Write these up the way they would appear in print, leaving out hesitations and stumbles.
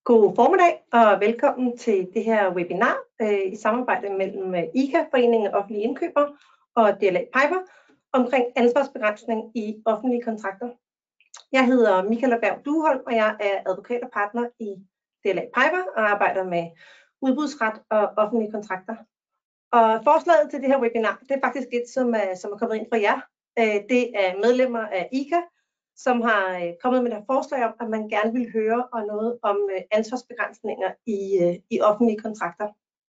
God formiddag og velkommen til det her webinar i samarbejde mellem ICA, Foreningen af Offentlige Indkøbere, og DLA Piper omkring ansvarsbegrænsning i offentlige kontrakter. Jeg hedder Michaela Berg Dueholm, og jeg er advokat og partner i DLA Piper og arbejder med udbudsret og offentlige kontrakter. Og forslaget til det her webinar, det er faktisk et, som er kommet ind fra jer. Det er medlemmer af ICA, som har kommet med et forslag om, at man gerne vil høre noget om ansvarsbegrænsninger i offentlige kontrakter.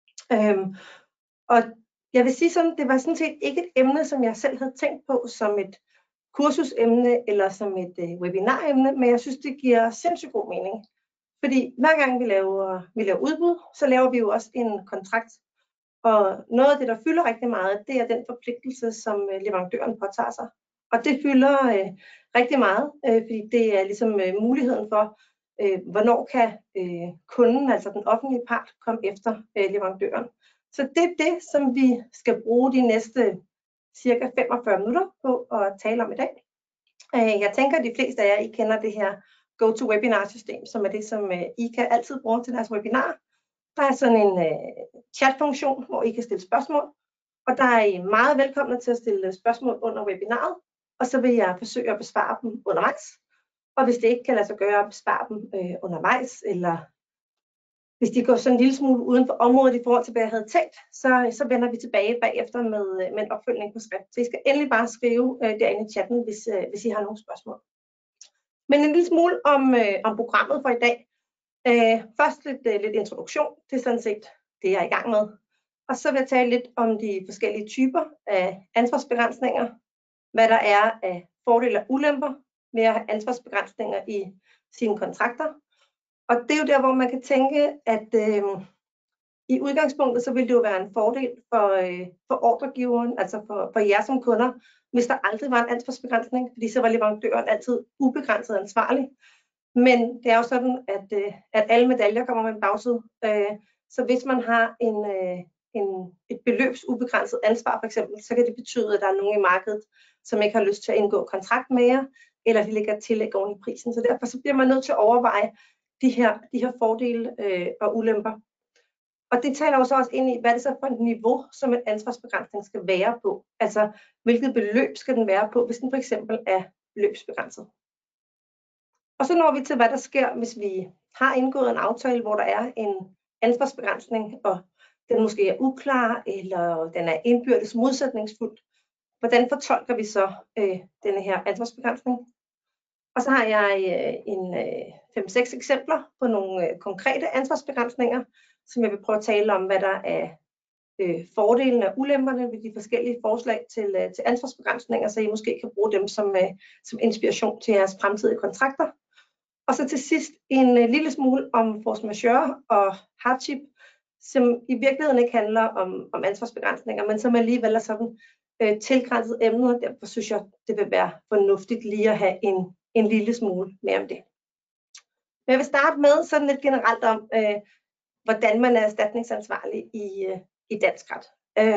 Og jeg vil sige sådan, det var sådan set ikke et emne, som jeg selv havde tænkt på som et kursusemne eller som et webinaremne, men jeg synes, det giver sindssygt god mening. Fordi hver gang vi laver udbud, så laver vi jo også en kontrakt. Og noget af det, der fylder rigtig meget, det er den forpligtelse, som leverandøren påtager sig. Og det fylder rigtig meget, fordi det er ligesom muligheden for, hvornår kan kunden, altså den offentlige part, komme efter leverandøren. Så det er det, som vi skal bruge de næste cirka 45 minutter på at tale om i dag. Jeg tænker, at de fleste af jer I kender det her GoToWebinar-system, som er det, som ICA altid bruger til deres webinar. Der er sådan en chatfunktion, hvor I kan stille spørgsmål, og der er I meget velkomne til at stille spørgsmål under webinaret. Og så vil jeg forsøge at besvare dem undervejs. Og hvis det ikke kan lade sig gøre at besvare dem undervejs, eller hvis de går sådan en lille smule uden for området i forhold til, hvad jeg havde tænkt, så vender vi tilbage bagefter med en opfølgning på skrift. Så I skal endelig bare skrive derinde i chatten, hvis I har nogle spørgsmål. Men en lille smule om programmet for i dag. Først lidt introduktion. Det er sådan set det, jeg er i gang med. Og så vil jeg tale lidt om de forskellige typer af ansvarsbegrænsninger. Hvad der er af fordele og ulemper med at have ansvarsbegrænsninger i sine kontrakter. Og det er jo der, hvor man kan tænke, at i udgangspunktet, så vil det jo være en fordel for ordregiveren, altså for jer som kunder, hvis der aldrig var en ansvarsbegrænsning, fordi så var leverandøren altid ubegrænset ansvarlig. Men det er jo sådan, at alle medaljer kommer med en bagside. Så hvis man har et beløbsubegrænset ansvar for eksempel, så kan det betyde, at der er nogen i markedet, som ikke har lyst til at indgå kontrakt med jer, eller de lægger tillæg oven i prisen. Så derfor så bliver man nødt til at overveje de her fordele og ulemper. Og det taler jo så også ind i, hvad det så for et niveau, som en ansvarsbegrænsning skal være på. Altså, hvilket beløb skal den være på, hvis den for eksempel er beløbsbegrænset. Og så når vi til, hvad der sker, hvis vi har indgået en aftale, hvor der er en ansvarsbegrænsning, og den måske er uklar, eller den er indbyrdes modsætningsfuld. Hvordan fortolker vi så denne her ansvarsbegrænsning? Og så har jeg 5-6 eksempler på nogle konkrete ansvarsbegrænsninger, som jeg vil prøve at tale om, hvad der er fordelene og ulemperne ved de forskellige forslag til ansvarsbegrænsninger, så I måske kan bruge dem som inspiration til jeres fremtidige kontrakter. Og så til sidst en lille smule om force majeure og hardship, som i virkeligheden ikke handler om ansvarsbegrænsninger, men som alligevel er sådan tilgrænset emne, og derfor synes jeg, det vil være fornuftigt lige at have en lille smule mere om det. Men jeg vil starte med sådan lidt generelt om, hvordan man er erstatningsansvarlig i dansk ret.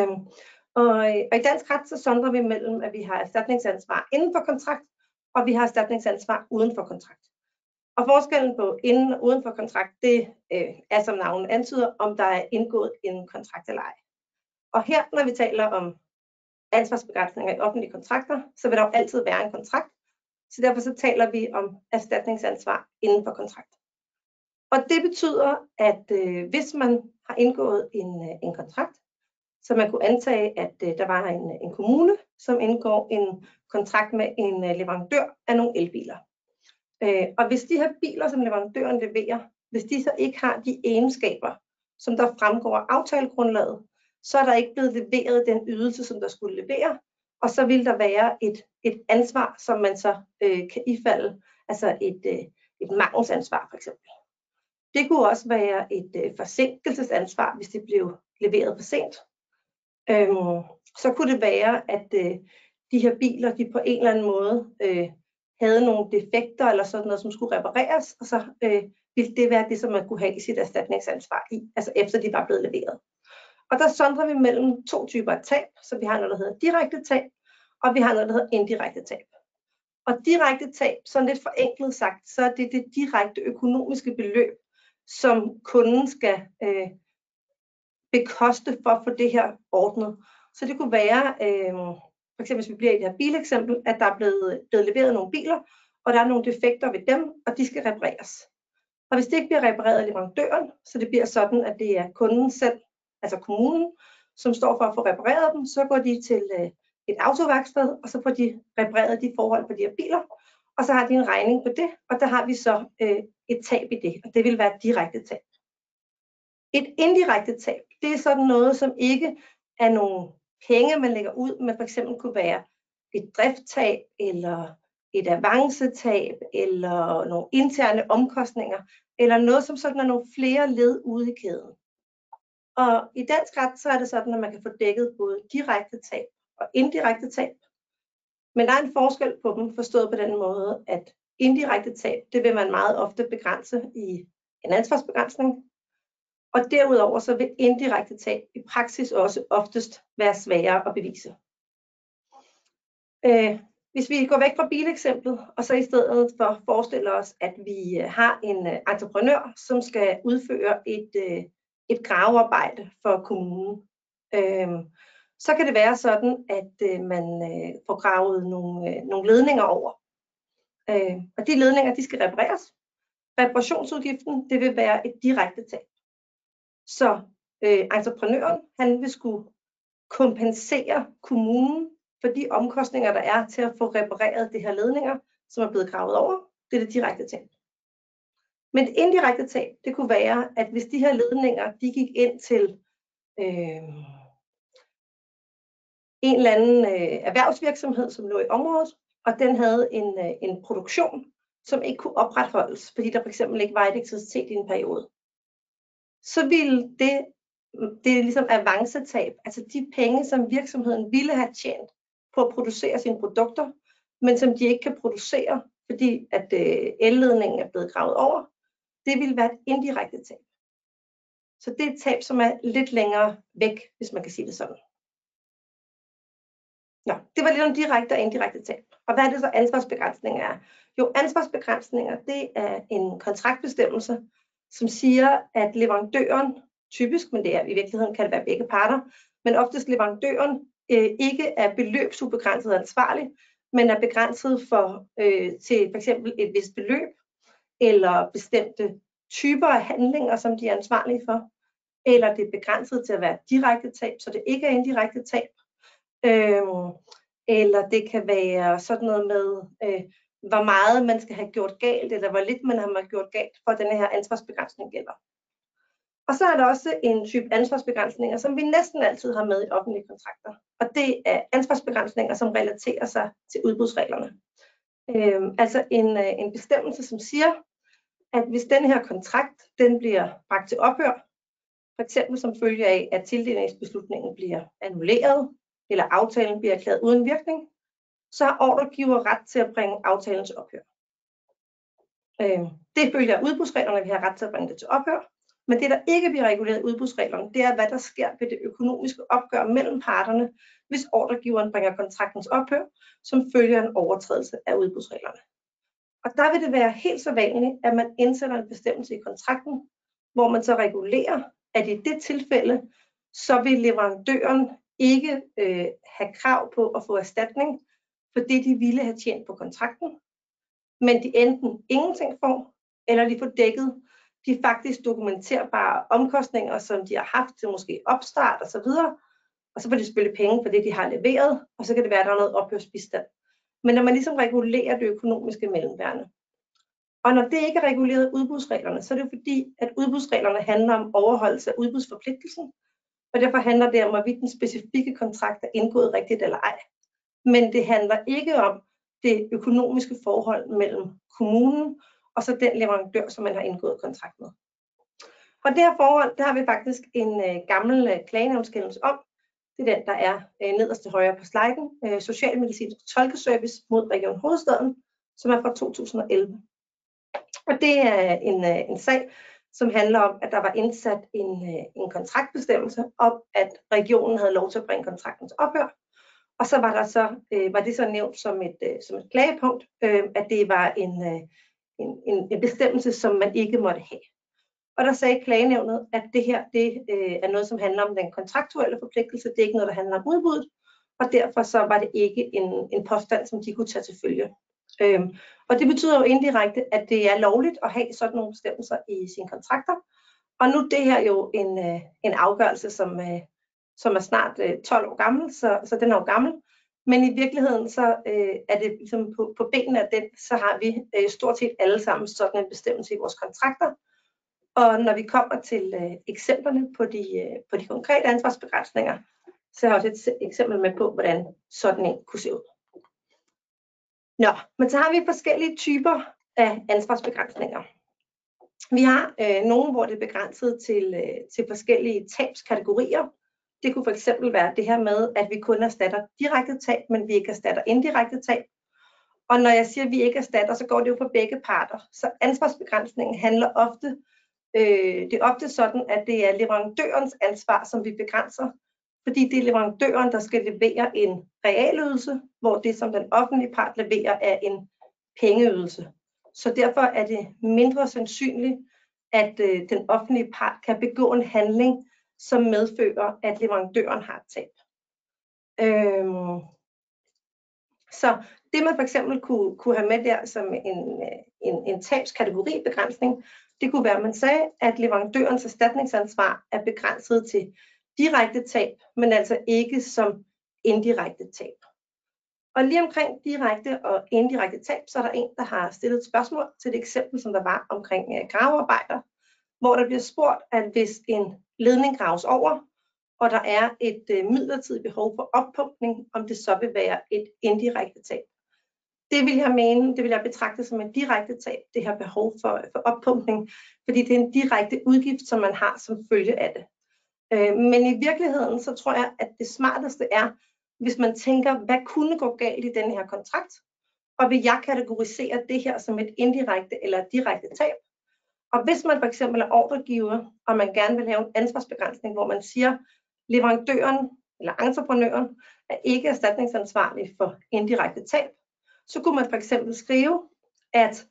Og i dansk ret, så sondrer vi mellem, at vi har erstatningsansvar inden for kontrakt, og vi har erstatningsansvar uden for kontrakt. Og forskellen på inden og uden for kontrakt, det er som navnet antyder, om der er indgået en kontrakt eller ej. Og her, når vi taler om ansvarsbegrænsninger i offentlige kontrakter, så vil der jo altid være en kontrakt. Så derfor så taler vi om erstatningsansvar inden for kontrakt. Og det betyder, at hvis man har indgået en kontrakt, så man kunne antage, at der var en kommune, som indgår en kontrakt med en leverandør af nogle elbiler. Og hvis de her biler, som leverandøren leverer, hvis de så ikke har de egenskaber, som der fremgår af aftalegrundlaget, så er der ikke blevet leveret den ydelse, som der skulle levere, og så vil der være et ansvar, som man så kan ifalde, altså et mangelsansvar for eksempel. Det kunne også være et forsinkelsesansvar, hvis det blev leveret for sent. Så kunne det være, at de her biler, de på en eller anden måde havde nogle defekter eller sådan noget, som skulle repareres, og så ville det være det, som man kunne have i sit erstatningsansvar i, altså efter de var blevet leveret. Og der sondrer vi mellem to typer af tab, så vi har noget, der hedder direkte tab, og vi har noget, der hedder indirekte tab. Og direkte tab, sådan lidt forenklet sagt, så er det det direkte økonomiske beløb, som kunden skal bekoste for at få det her ordnet. Så det kunne være, for eksempel hvis vi bliver i det her bileksempel, at der er blevet leveret nogle biler, og der er nogle defekter ved dem, og de skal repareres. Og hvis det ikke bliver repareret af leverandøren, så det bliver sådan, at det er kunden selv, altså kommunen, som står for at få repareret dem, så går de til et autoværksted, og så får de repareret de forhold på de her biler, og så har de en regning på det, og der har vi så et tab i det, og det vil være et direkte tab. Et indirekte tab, det er sådan noget, som ikke er nogle penge, man lægger ud, men for eksempel kunne være et drifttab, eller et avancetab, eller nogle interne omkostninger, eller noget, som sådan er nogle flere led ude i kæden. Og i dansk ret, så er det sådan, at man kan få dækket både direkte tab og indirekte tab. Men der er en forskel på dem, forstået på den måde, at indirekte tab, det vil man meget ofte begrænse i en ansvarsbegrænsning. Og derudover så vil indirekte tab i praksis også oftest være sværere at bevise. Hvis vi går væk fra bileksemplet, og så i stedet for forestiller os, at vi har en entreprenør, som skal udføre et gravearbejde for kommunen, så kan det være sådan, at man får gravet nogle ledninger over. Og de ledninger, de skal repareres. Reparationsudgiften, det vil være et direkte tab. Så entreprenøren, han vil skulle kompensere kommunen for de omkostninger, der er til at få repareret de her ledninger, som er blevet gravet over. Det er det direkte tab. Men det indirekte tab, det kunne være, at hvis de her ledninger, de gik ind til en eller anden erhvervsvirksomhed, som lå i området, og den havde en produktion, som ikke kunne opretholdes, fordi der fx ikke var elektricitet i en periode. Så ville det er ligesom avancetab, altså de penge, som virksomheden ville have tjent på at producere sine produkter, men som de ikke kan producere, fordi at elledningen er blevet gravet over, det ville være et indirekte tab. Så det er et tab, som er lidt længere væk, hvis man kan sige det sådan. Nå, det var lidt om direkte og indirekte tab. Og hvad er det så ansvarsbegrænsninger er? Jo, ansvarsbegrænsninger, det er en kontraktbestemmelse, som siger, at leverandøren, typisk, men det er i virkeligheden kan det være begge parter, men oftest leverandøren ikke er beløbsubegrænset ansvarlig, men er begrænset til f.eks. et vist beløb, eller bestemte typer af handlinger, som de er ansvarlige for, eller det er begrænset til at være direkte tab, så det ikke er indirekte tab, eller det kan være sådan noget med, hvor meget man skal have gjort galt, eller hvor lidt man har gjort galt, for at denne her ansvarsbegrænsning gælder. Og så er der også en type ansvarsbegrænsninger, som vi næsten altid har med i offentlige kontrakter. Og det er ansvarsbegrænsninger, som relaterer sig til udbudsreglerne. Altså en bestemmelse, som siger, at hvis den her kontrakt den bliver bragt til ophør, f.eks. som følge af, at tildelingsbeslutningen bliver annulleret, eller aftalen bliver erklæret uden virkning, så har ordregiver ret til at bringe aftalen til ophør. Det følger af udbudsreglerne, at vi har ret til at bringe det til ophør. Men det, der ikke bliver reguleret i udbudsreglerne, det er, hvad der sker ved det økonomiske opgør mellem parterne, hvis ordregiveren bringer kontraktens ophør, som følger en overtrædelse af udbudsreglerne. Og der vil det være helt så vanligt, at man indsætter en bestemmelse i kontrakten, hvor man så regulerer, at i det tilfælde, så vil leverandøren ikke have krav på at få erstatning for det, de ville have tjent på kontrakten, men de enten ingenting får, eller de får dækket de faktisk dokumenterbare omkostninger, som de har haft til måske opstart osv., og så får de selvfølgelig penge for det, de har leveret, og så kan det være, at der er noget ophørsbistand. Men når man ligesom regulerer det økonomiske mellemværende. Og når det ikke er reguleret i udbudsreglerne, så er det fordi, at udbudsreglerne handler om overholdelse af udbudsforpligtelsen, og derfor handler det om, hvorvidt den specifikke kontrakt er indgået rigtigt eller ej. Men det handler ikke om det økonomiske forhold mellem kommunen og så den leverandør, som man har indgået kontrakt med. Og det her forhold, der har vi faktisk en gammel klagenævnskendelse om. Det er den, der er nederst til højre på sliden. Socialmedicinsk tolkeservice mod Region Hovedstaden, som er fra 2011. Og det er en sag, som handler om, at der var indsat en kontraktbestemmelse om, at regionen havde lov til at bringe kontrakten til ophør. Og så var det så nævnt som et klagepunkt, at det var en bestemmelse, som man ikke måtte have. Og der sagde klagenævnet, at det her er noget, som handler om den kontraktuelle forpligtelse. Det er ikke noget, der handler om udbuddet, og derfor så var det ikke en påstand, som de kunne tage til følge. Og det betyder jo indirekte, at det er lovligt at have sådan nogle bestemmelser i sine kontrakter. Og nu det her jo en afgørelse, som er snart 12 år gammel, så den er jo gammel. Men i virkeligheden så er det ligesom på benene af den, så har vi stort set alle sammen sådan en bestemmelse i vores kontrakter. Og når vi kommer til eksemplerne på de konkrete ansvarsbegrænsninger, så har jeg også et eksempel med på, hvordan sådan en kunne se ud. Nå, men så har vi forskellige typer af ansvarsbegrænsninger. Vi har nogle, hvor det er begrænset til forskellige tabskategorier. Det kunne fx være det her med, at vi kun erstatter direkte tab, men vi ikke erstatter indirekte tab. Og når jeg siger, at vi ikke erstatter, så går det jo på begge parter. Så ansvarsbegrænsningen handler ofte, det er ofte sådan, at det er leverandørens ansvar, som vi begrænser. Fordi det er leverandøren, der skal levere en realydelse, hvor det, som den offentlige part leverer, er en pengeydelse. Så derfor er det mindre sandsynligt, at den offentlige part kan begå en handling, som medfører, at leverandøren har et tab. Så det man for eksempel kunne have med der som en tabskategoribegrænsning, det kunne være, at man sagde, at leverandørens erstatningsansvar er begrænset til direkte tab, men altså ikke som indirekte tab. Og lige omkring direkte og indirekte tab, så er der en, der har stillet et spørgsmål til det eksempel, som der var omkring gravearbejder, hvor der bliver spurgt, at hvis en ledning graves over, og der er et midlertidigt behov for oppumpning, om det så vil være et indirekte tab. Det vil jeg betragte som et direkte tab, det her behov for oppumpning, fordi det er en direkte udgift, som man har som følge af det. Men i virkeligheden, så tror jeg, at det smarteste er, hvis man tænker, hvad kunne gå galt i den her kontrakt, og vil jeg kategorisere det her som et indirekte eller direkte tab. Og hvis man for eksempel er ordregiver, og man gerne vil have en ansvarsbegrænsning, hvor man siger, leverandøren eller entreprenøren er ikke erstatningsansvarlig for indirekte tab, så kunne man for eksempel skrive, at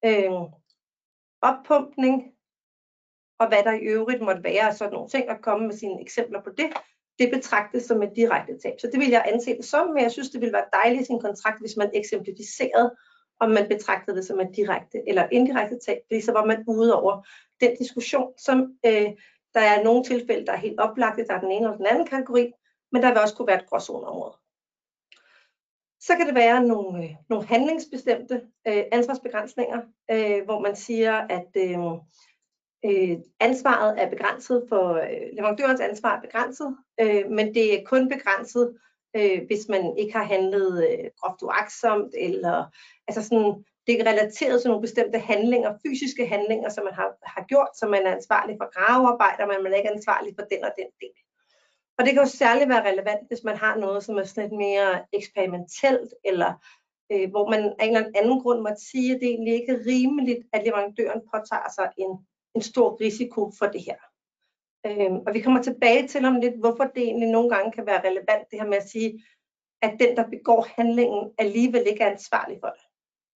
oppumpning og hvad der i øvrigt måtte være sådan nogle ting, og komme med sine eksempler på det, det betragtes som et direkte tab. Så det vil jeg anse det som, men jeg synes, det ville være dejligt i sin kontrakt, hvis man eksemplificerede, om man betragtede det som et direkte eller indirekte tab, fordi så var man ude over den diskussion, som der er nogle tilfælde, der er helt oplagte, der er den ene og den anden kategori, men der vil også kunne være et gråzoneområde. Så kan det være nogle handlingsbestemte ansvarsbegrænsninger, hvor man siger, at ansvaret er begrænset for leverandørens ansvar er begrænset, men det er kun begrænset, hvis man ikke har handlet groft uagtsomt, eller altså sådan, det er relateret til nogle bestemte handlinger, fysiske handlinger, som man har gjort, så man er ansvarlig for gravearbejder, men man er ikke ansvarlig for den og den del. Og det kan jo særligt være relevant, hvis man har noget, som er sådan lidt mere eksperimentelt, eller hvor man af en eller anden grund måtte sige, at det egentlig ikke er rimeligt, at leverandøren påtager sig en stor risiko for det her. Og vi kommer tilbage til om lidt, hvorfor det egentlig nogle gange kan være relevant, det her med at sige, at den, der begår handlingen, alligevel ikke er ansvarlig for det.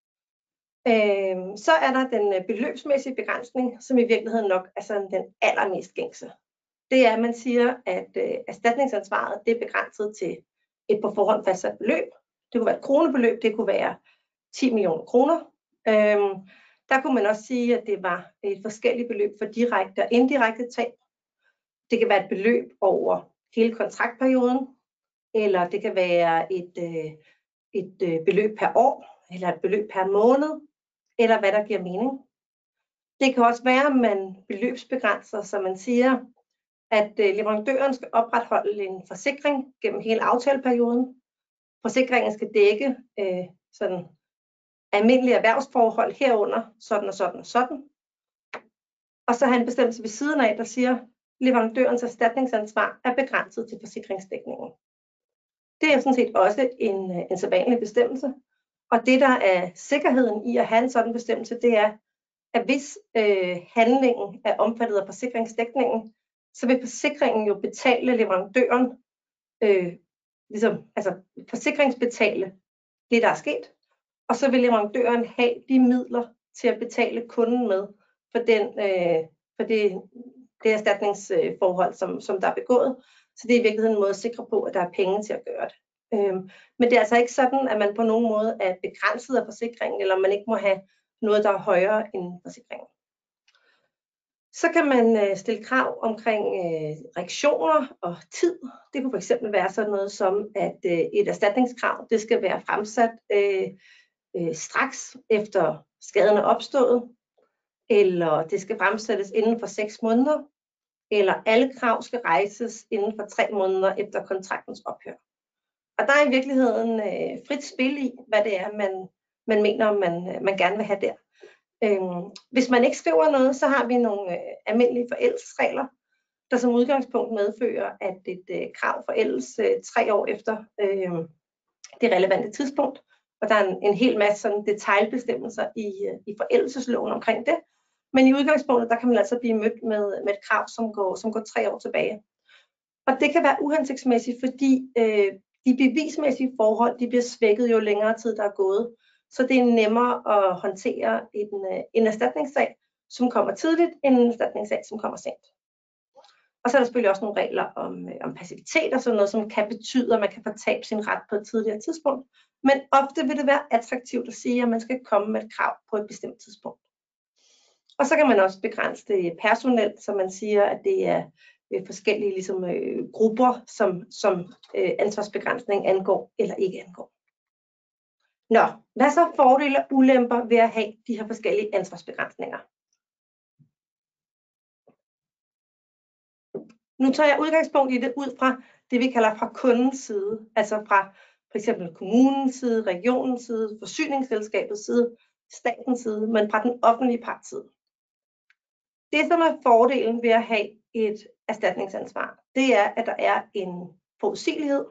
Så er der den beløbsmæssige begrænsning, som i virkeligheden nok er sådan den allermest gængse. Det er, at man siger, at erstatningsansvaret det er begrænset til et på forhånd fastsat beløb. Det kunne være et kronebeløb, det kunne være 10 millioner kroner. Der kunne man også sige, at det var et forskelligt beløb for direkte og indirekte tab. Det kan være et beløb over hele kontraktperioden, eller det kan være et beløb per år, eller et beløb per måned, eller hvad der giver mening. Det kan også være, at man beløbsbegrænser, så man siger, at leverandøren skal opretholde en forsikring gennem hele aftaleperioden. Forsikringen skal dække sådan almindelige erhvervsforhold herunder, sådan og sådan og sådan. Og så har en bestemmelse ved siden af, der siger, at leverandørens erstatningsansvar er begrænset til forsikringsdækningen. Det er sådan set også en sædvanlig bestemmelse. Og det, der er sikkerheden i at have en sådan bestemmelse, det er, at hvis handlingen er omfattet af forsikringsdækningen, så vil forsikringen jo betale leverandøren, forsikringsbetale det, der er sket, og så vil leverandøren have de midler til at betale kunden med for den for det erstatningsforhold, som der er begået. Så det er i virkeligheden en måde at sikre på, at der er penge til at gøre det. Men det er altså ikke sådan, at man på nogen måde er begrænset af forsikringen, eller man ikke må have noget, der er højere end forsikringen. Så kan man stille krav omkring reaktioner og tid. Det kunne fx være sådan noget som, at et erstatningskrav det skal være fremsat straks efter skaden er opstået, eller det skal fremsættes inden for 6 måneder, eller alle krav skal rejses inden for 3 måneder efter kontraktens ophør. Og der er i virkeligheden frit spil i, hvad det er, man mener, man gerne vil have der. Hvis man ikke skriver noget, så har vi nogle almindelige forældelsesregler, der som udgangspunkt medfører, at et krav forældes 3 år efter det relevante tidspunkt. Og der er en hel masse sådan detailbestemmelser i forældelsesloven omkring det. Men i udgangspunktet, der kan man altså blive mødt med et krav, som går 3 år tilbage. Og det kan være uhensigtsmæssigt, fordi de bevismæssige forhold de bliver svækket jo længere tid, der er gået. Så det er nemmere at håndtere en erstatningssag, som kommer tidligt, end en erstatningssag, som kommer sent. Og så er der selvfølgelig også nogle regler om passivitet og sådan noget, som kan betyde, at man kan fortabe sin ret på et tidligere tidspunkt. Men ofte vil det være attraktivt at sige, at man skal komme med et krav på et bestemt tidspunkt. Og så kan man også begrænse det personelt, så man siger, at det er forskellige grupper, som ansvarsbegrænsning angår eller ikke angår. Nå, hvad så fordele og ulemper ved at have de her forskellige ansvarsbegrænsninger? Nu tager jeg udgangspunkt i det ud fra det, vi kalder fra kundens side, altså fra for eksempel kommunens side, regionens side, forsyningsselskabets side, statens side, men fra den offentlige parts side. Det, som er fordelen ved at have et erstatningsansvar, det er, at der er en forudsigelighed.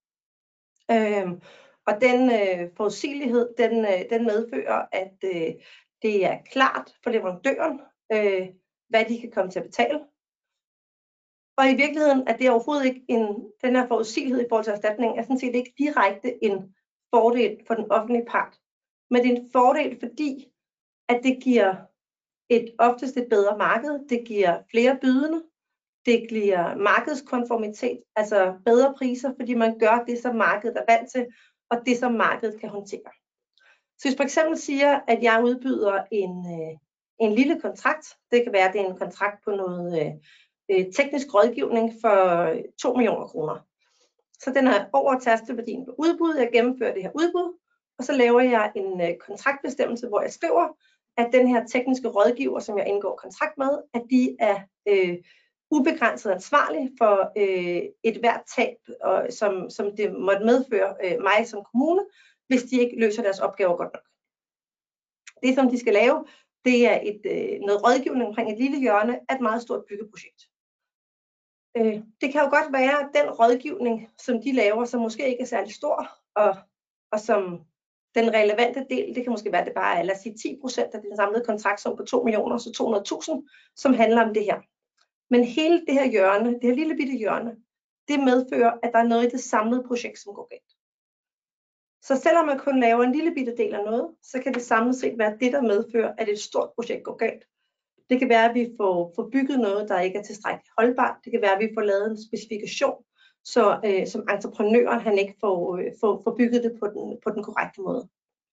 Og den forudsigelighed, den medfører, at det er klart for leverandøren, hvad de kan komme til at betale. Og i virkeligheden er det overhovedet ikke den her forudsigelighed i forhold til erstatning, er sådan set ikke direkte en fordel for den offentlige part. Men det er en fordel, fordi at det giver oftest et bedre marked, det giver flere bydende, det giver markedskonformitet, altså bedre priser, fordi man gør det, som markedet er vant til, og det, som markedet kan håndtere. Så hvis for eksempel siger, at jeg udbyder en lille kontrakt, det kan være, at det er en kontrakt på noget teknisk rådgivning for 2 millioner kroner. Så den er over tærskleværdien på udbud, jeg gennemfører det her udbud, og så laver jeg en kontraktbestemmelse, hvor jeg skriver, at den her tekniske rådgiver, som jeg indgår kontrakt med, at de er ubegrænset ansvarlig for et hvert tab, som det måtte medføre mig som kommune, hvis de ikke løser deres opgaver godt nok. Det, som de skal lave, det er noget rådgivning omkring et lille hjørne af et meget stort byggeprojekt. Det kan jo godt være, at den rådgivning, som de laver, som måske ikke er særlig stor, og som den relevante del, det kan måske være, at det bare er, lad os sige 10% af den samlede kontraktsum på 2 millioner, så 200.000, som handler om det her. Men hele det her hjørne, det her lille bitte hjørne, det medfører, at der er noget i det samlede projekt, som går galt. Så selvom man kun laver en lille bitte del af noget, så kan det samlet set være det, der medfører, at et stort projekt går galt. Det kan være, at vi får bygget noget, der ikke er tilstrækkeligt holdbart. Det kan være, at vi får lavet en specifikation, så som entreprenøren han ikke får bygget det på den korrekte måde.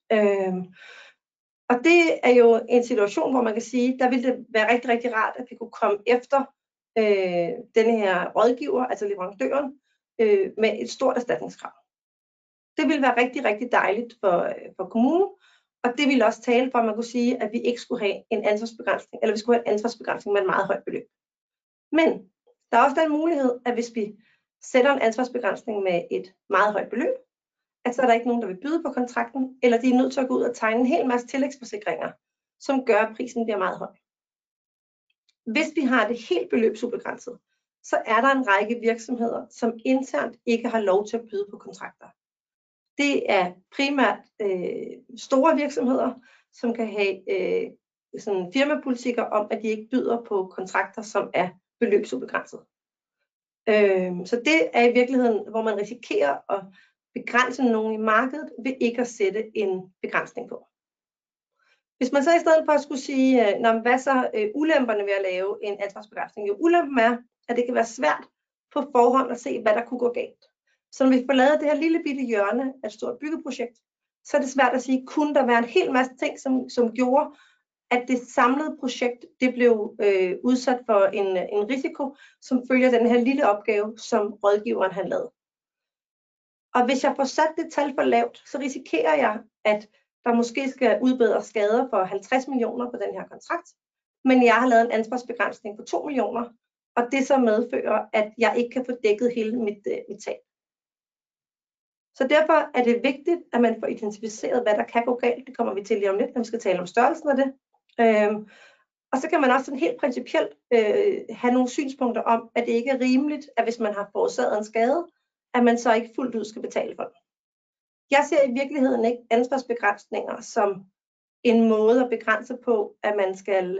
Og det er jo en situation, hvor man kan sige, der ville det være rigtig, rigtig rart, at vi kunne komme efter denne her rådgiver, altså leverandøren, med et stort erstatningskrav. Det ville være rigtig, rigtig dejligt for kommunen, og det ville også tale for, at man kunne sige, at vi ikke skulle have en ansvarsbegrænsning, eller vi skulle have en ansvarsbegrænsning med et meget højt beløb. Men der er også den mulighed, at hvis vi sætter en ansvarsbegrænsning med et meget højt beløb, at så er der ikke nogen, der vil byde på kontrakten, eller de er nødt til at gå ud og tegne en hel masse tillægsforsikringer, som gør, at prisen bliver meget høj. Hvis vi har det helt beløbsubegrænset, så er der en række virksomheder, som internt ikke har lov til at byde på kontrakter. Det er primært store virksomheder, som kan have sådan firmapolitikker om, at de ikke byder på kontrakter, som er beløbsubegrænset. Så det er i virkeligheden, hvor man risikerer at begrænse nogen i markedet ved ikke at sætte en begrænsning på. Hvis man så i stedet for skulle sige, hvad så ulemperne ved at lave en ansvarsbegrænsning? Jo, ulempen er, at det kan være svært på forhånd at se, hvad der kunne gå galt. Så når vi får lavet det her lille bitte hjørne af et stort byggeprojekt, så er det svært at sige, kunne der være en hel masse ting, som gjorde, at det samlede projekt det blev udsat for en risiko, som følger den her lille opgave, som rådgiveren har lavet. Og hvis jeg får sat det tal for lavt, så risikerer jeg, at der måske skal udbedres skader for 50 millioner på den her kontrakt, men jeg har lavet en ansvarsbegrænsning på 2 millioner, og det så medfører, at jeg ikke kan få dækket hele mit tab. Så derfor er det vigtigt, at man får identificeret, hvad der kan gå galt. Det kommer vi til lige om lidt, når vi skal tale om størrelsen af det. Og så kan man også sådan helt principielt have nogle synspunkter om, at det ikke er rimeligt, at hvis man har forårsaget en skade, at man så ikke fuldt ud skal betale for det. Jeg ser i virkeligheden ikke ansvarsbegrænsninger som en måde at begrænse på, at man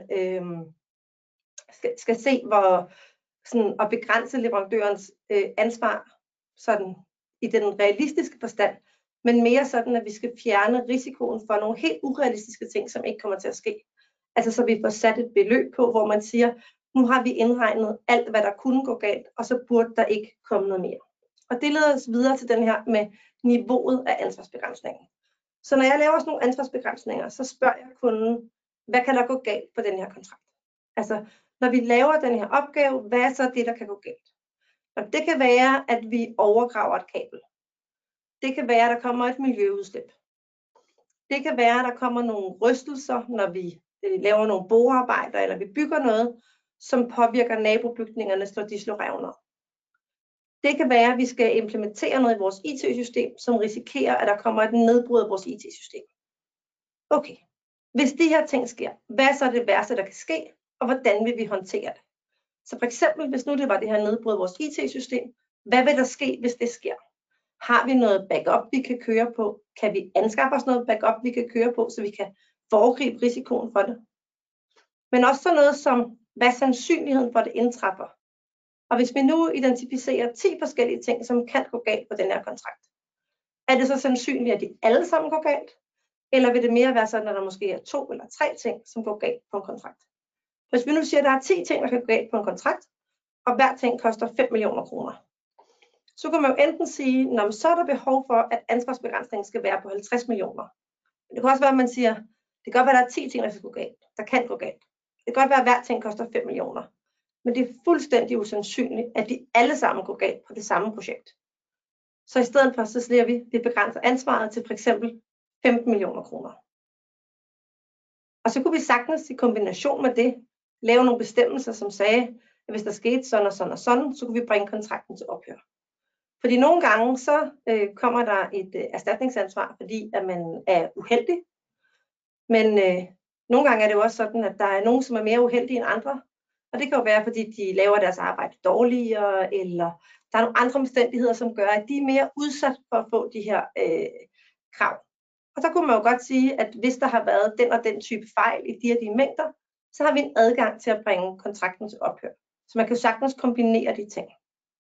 skal se, hvor sådan, at begrænse leverandørens ansvar sådan, i den realistiske forstand, men mere sådan, at vi skal fjerne risikoen for nogle helt urealistiske ting, som ikke kommer til at ske. Altså så vi får sat et beløb på, hvor man siger, nu har vi indregnet alt, hvad der kunne gå galt, og så burde der ikke komme noget mere. Og det leder os videre til den her med niveauet af ansvarsbegrænsningen. Så når jeg laver sådan nogle ansvarsbegrænsninger, så spørger jeg kunden, hvad kan der gå galt på den her kontrakt? Altså, når vi laver den her opgave, hvad er så det, der kan gå galt? Og det kan være, at vi overgraver et kabel. Det kan være, at der kommer et miljøudslip. Det kan være, at der kommer nogle rystelser, når vi laver nogle borearbejder, eller vi bygger noget, som påvirker nabobygningerne, så de slår revner. Det kan være, at vi skal implementere noget i vores IT-system, som risikerer, at der kommer et nedbrud af vores IT-system. Okay, hvis de her ting sker, hvad er så det værste, der kan ske, og hvordan vil vi håndtere det? Så for eksempel, hvis nu det var det her nedbrud af vores IT-system, hvad vil der ske, hvis det sker? Har vi noget backup, vi kan køre på? Kan vi anskaffe os noget backup, vi kan køre på, så vi kan foregribe risikoen for det? Men også sådan noget som, hvad er sandsynligheden for, at det indtræffer? Og hvis vi nu identificerer 10 forskellige ting, som kan gå galt på den her kontrakt, er det så sandsynligt, at de alle sammen går galt? Eller vil det mere være sådan, at der måske er 2 eller 3 ting, som går galt på en kontrakt? Hvis vi nu siger, at der er 10 ting, der kan gå galt på en kontrakt, og hver ting koster 5 millioner kroner, så kan man jo enten sige, at så er der behov for, at ansvarsbegrænsningen skal være på 50 millioner. Men det kan også være, at man siger, det kan godt være, at der er 10 ting, der kan gå galt. Der kan gå galt. Det kan godt være, at hver ting koster 5 millioner. Men det er fuldstændig usandsynligt, at de alle sammen går galt på det samme projekt. Så i stedet for, så siger vi begrænser ansvaret til f.eks. 15 millioner kroner. Og så kunne vi sagtens i kombination med det, lave nogle bestemmelser, som sagde, at hvis der skete sådan og sådan og sådan, så kunne vi bringe kontrakten til ophør. Fordi nogle gange, så kommer der et erstatningsansvar, fordi at man er uheldig. Men nogle gange er det jo også sådan, at der er nogen, som er mere uheldige end andre. Og det kan jo være, fordi de laver deres arbejde dårligere, eller der er nogle andre omstændigheder, som gør, at de er mere udsat for at få de her krav. Og så kunne man jo godt sige, at hvis der har været den og den type fejl i de og de mængder, så har vi en adgang til at bringe kontrakten til ophør. Så man kan jo sagtens kombinere de ting.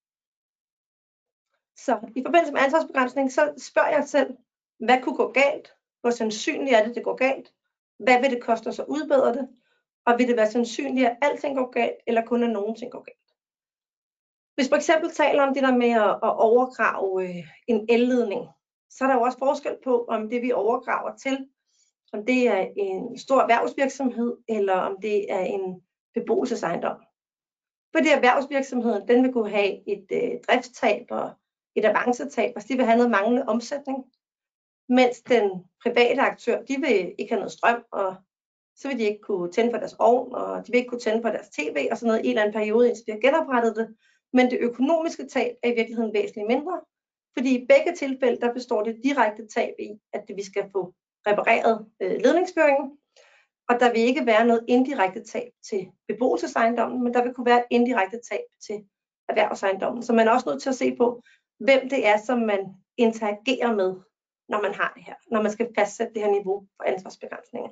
Så i forbindelse med ansvarsbegrænsning, så spørger jeg selv, hvad kunne gå galt? Hvor sandsynligt er det, det går galt? Hvad vil det koste os at udbedre det? Og vil det være sandsynligt, at alting går galt, eller kun at nogen ting går galt? Hvis for eksempel taler om det der med at overgrave en elledning, så er der jo også forskel på, om det vi overgraver til, om det er en stor erhvervsvirksomhed, eller om det er en beboelsesejendom. Fordi erhvervsvirksomheden, den vil kunne have et driftstab og et avancetab, og de vil have noget manglende omsætning, mens den private aktør, de vil ikke have noget strøm, og så vil de ikke kunne tænde for deres ovn, og de vil ikke kunne tænde for deres tv og sådan noget i en eller anden periode, indtil vi har genoprettet det. Men det økonomiske tab er i virkeligheden væsentligt mindre, fordi i begge tilfælde, der består det direkte tab i, at vi skal få repareret ledningsføringen, og der vil ikke være noget indirekte tab til beboelsesejendommen, men der vil kunne være et indirekte tab til erhvervsejendommen. Så man er også nødt til at se på, hvem det er, som man interagerer med, når man har det her, når man skal fastsætte det her niveau for ansvarsbegrænsninger.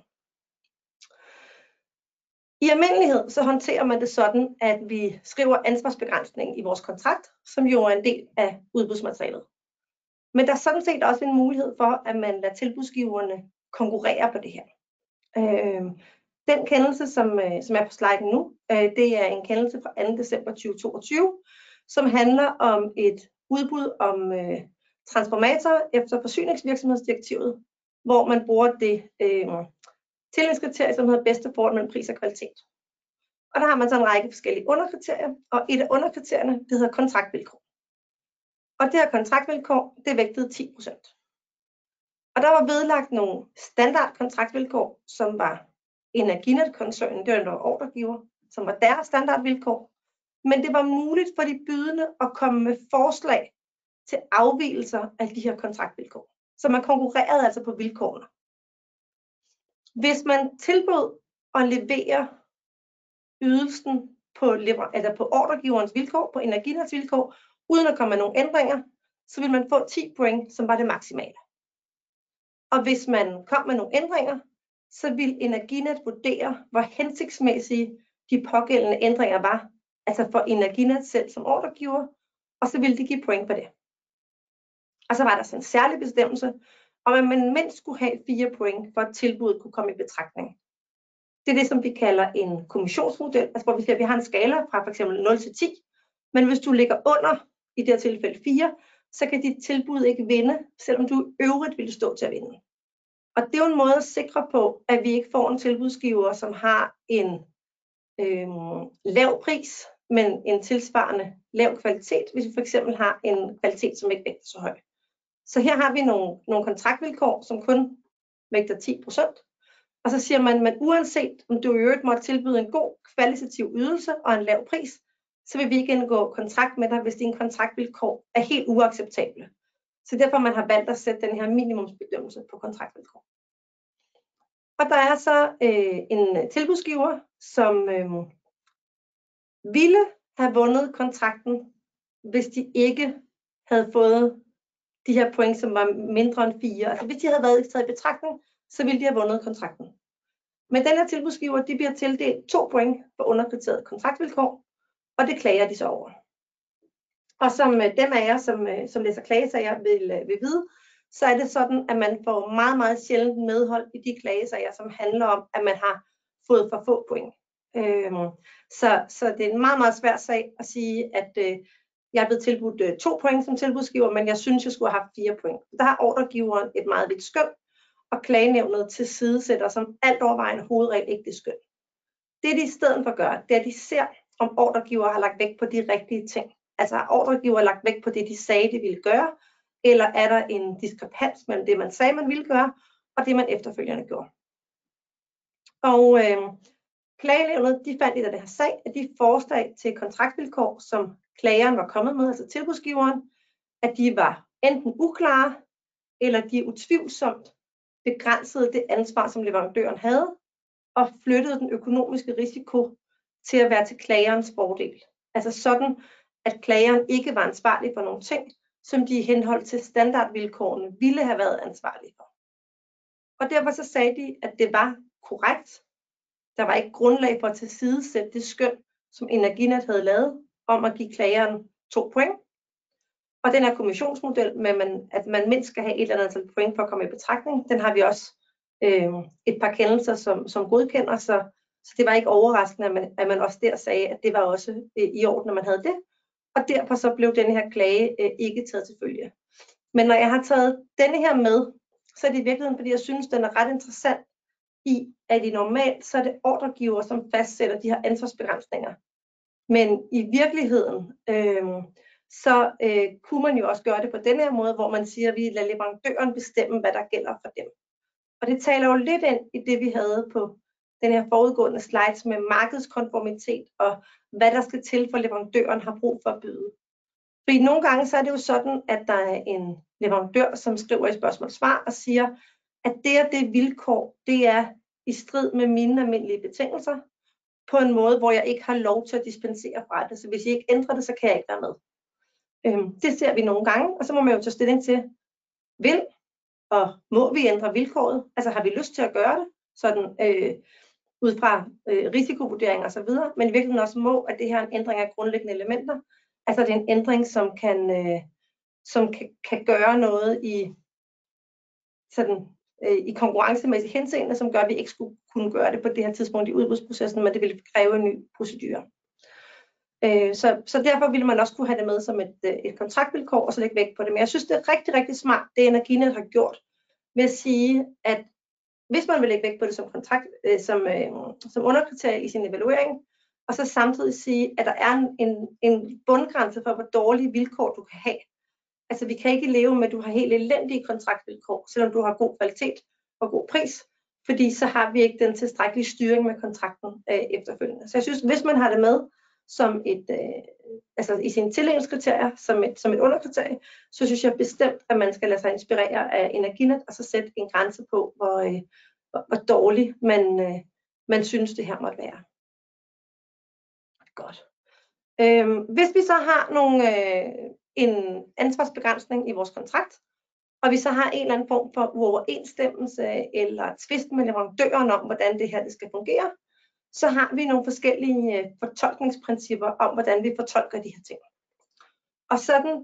I almindelighed så håndterer man det sådan, at vi skriver ansvarsbegrænsning i vores kontrakt, som jo er en del af udbudsmaterialet. Men der er sådan set også en mulighed for, at man lader tilbudsgiverne konkurrere på det her. Den kendelse, som er på sliden nu, det er en kendelse fra 2. december 2022, som handler om et udbud om transformatorer efter forsyningsvirksomhedsdirektivet, hvor man bruger det tildelingskriterie, som hedder bedste forhold mellem pris og kvalitet. Og der har man så en række forskellige underkriterier, og et af underkriterierne, det hedder kontraktvilkår. Og det her kontraktvilkår, det vægtede 10%. Og der var vedlagt nogle standardkontraktvilkår, som var Energinet-koncernen, det var en ordregiver, som var deres standardvilkår. Men det var muligt for de bydende at komme med forslag til afvigelser af de her kontraktvilkår. Så man konkurrerede altså på vilkårene. Hvis man tilbød at levere ydelsen på ordregiverens vilkår, på Energinets vilkår, uden at komme med nogle ændringer, så ville man få 10 point, som var det maksimale. Og hvis man kom med nogle ændringer, så ville Energinet vurdere, hvor hensigtsmæssige de pågældende ændringer var, altså for Energinet selv som ordregiver, og så ville de give point for det. Og så var der sådan en særlig bestemmelse, om at man mindst skulle have 4 point, for at tilbuddet kunne komme i betragtning. Det er det, som vi kalder en kommissionsmodel, altså hvor vi siger, at vi har en skala fra f.eks. 0 til 10, men hvis du ligger under, i det her tilfælde 4, så kan dit tilbud ikke vinde, selvom du i øvrigt ville stå til at vinde. Og det er jo en måde at sikre på, at vi ikke får en tilbudsgiver, som har en lav pris, men en tilsvarende lav kvalitet, hvis vi for eksempel har en kvalitet, som ikke vægter så højt. Så her har vi nogle kontraktvilkår, som kun vægter 10%. Og så siger man, at uanset om du i øvrigt måtte tilbyde en god kvalitativ ydelse og en lav pris, så vil vi ikke indgå kontrakt med dig, hvis dine kontraktvilkår er helt uacceptable. Så derfor man har valgt at sætte den her minimumsbedømmelse på kontraktvilkår. Og der er så en tilbudsgiver, som ville have vundet kontrakten, hvis de ikke havde fået de her point, som var mindre end 4. Altså hvis de havde været taget i betragtning, så ville de have vundet kontrakten. Men den her tilbudsgiver, de bliver tildelt 2 point for underkriteriet kontraktvilkår, og det klager de så over. Og som dem af jer, som læser klagesager, vil vide, så er det sådan, at man får meget, meget sjældent medhold i de klagesager, som handler om, at man har fået for få point. Så det er en meget, meget svær sag at sige, at jeg er blevet tilbudt 2 point som tilbudsgiver, men jeg synes, jeg skulle have haft 4 point. Der har ordregiveren et meget vidt skøn, og klagenævnet tilsidesætter som alt overvejende hovedregel ikke det skøn. Det de i stedet for gør, det er, at de ser, om ordregiver har lagt vægt på de rigtige ting. Altså har ordregiver lagt vægt på det, de sagde, de ville gøre, eller er der en diskrepans mellem det, man sagde, man ville gøre, og det, man efterfølgende gjorde. Og klagenævnet, de fandt i den her sag, at de forslag til kontraktvilkår, som klageren var kommet med, altså tilbudsgiveren, at de var enten uklare, eller de utvivlsomt begrænsede det ansvar, som leverandøren havde, og flyttede den økonomiske risiko til at være til klagerens fordel. Altså sådan, at klageren ikke var ansvarlig for nogle ting, som de i henhold til standardvilkårene ville have været ansvarlige for. Og derfor så sagde de, at det var korrekt. Der var ikke grundlag for at tilsidesætte det skøn, som Energinet havde lavet, om at give klageren 2 point. Og den her kommissionsmodel med, at man mindst skal have et eller andet antal point for at komme i betragtning, den har vi også et par kendelser, som godkender, så det var ikke overraskende, at man også der sagde, at det var også i orden, når man havde det. Og derfor så blev denne her klage ikke taget til følge. Men når jeg har taget denne her med, så er det i virkeligheden, fordi jeg synes, den er ret interessant i, at i normalt, så er det ordregiver, som fastsætter de her ansvarsbegrænsninger. Men i virkeligheden, kunne man jo også gøre det på denne her måde, hvor man siger, at vi lader leverandøren bestemme, hvad der gælder for dem. Og det taler jo lidt ind i det, vi havde på den her forudgående slides med markedskonformitet og hvad der skal til, for leverandøren har brug for at byde. Fordi nogle gange så er det jo sådan, at der er en leverandør, som skriver i spørgsmål-svar og siger, at det vilkår, det er i strid med mine almindelige betingelser, på en måde, hvor jeg ikke har lov til at dispensere fra det. Så hvis I ikke ændrer det, så kan jeg ikke være med. Det ser vi nogle gange, og så må man jo tage stilling til, vil og må vi ændre vilkåret? Altså har vi lyst til at gøre det, sådan ud fra risikovurdering og så videre, men i virkeligheden også må, at det her er en ændring af grundlæggende elementer. Altså det er en ændring, som kan gøre noget i sådan i konkurrencemæssig henseende, som gør, at vi ikke skulle kunne gøre det på det her tidspunkt i udbudsprocessen, men det ville kræve en ny procedure. Så derfor ville man også kunne have det med som et kontraktvilkår, og så lægge vægt på det. Men jeg synes, det er rigtig, rigtig smart, det Energinet har gjort, ved at sige, at hvis man vil lægge vægt på det som kontrakt, som underkriterie i sin evaluering, og så samtidig sige, at der er en bundgrænse for, hvor dårlige vilkår du kan have. Altså vi kan ikke leve med, at du har helt elendige kontraktvilkår, selvom du har god kvalitet og god pris, fordi så har vi ikke den tilstrækkelige styring med kontrakten efterfølgende. Så jeg synes, hvis man har det med som altså i sine tildelingskriterier, som et underkriterie, så synes jeg bestemt, at man skal lade sig inspirere af Energinet, og så sætte en grænse på, hvor dårlig man synes, det her måtte være. Godt. Hvis vi så har en ansvarsbegrænsning i vores kontrakt, og vi så har en eller anden form for uoverensstemmelse eller tvist med leverandøren om, hvordan det her det skal fungere, så har vi nogle forskellige fortolkningsprincipper om, hvordan vi fortolker de her ting. Og sådan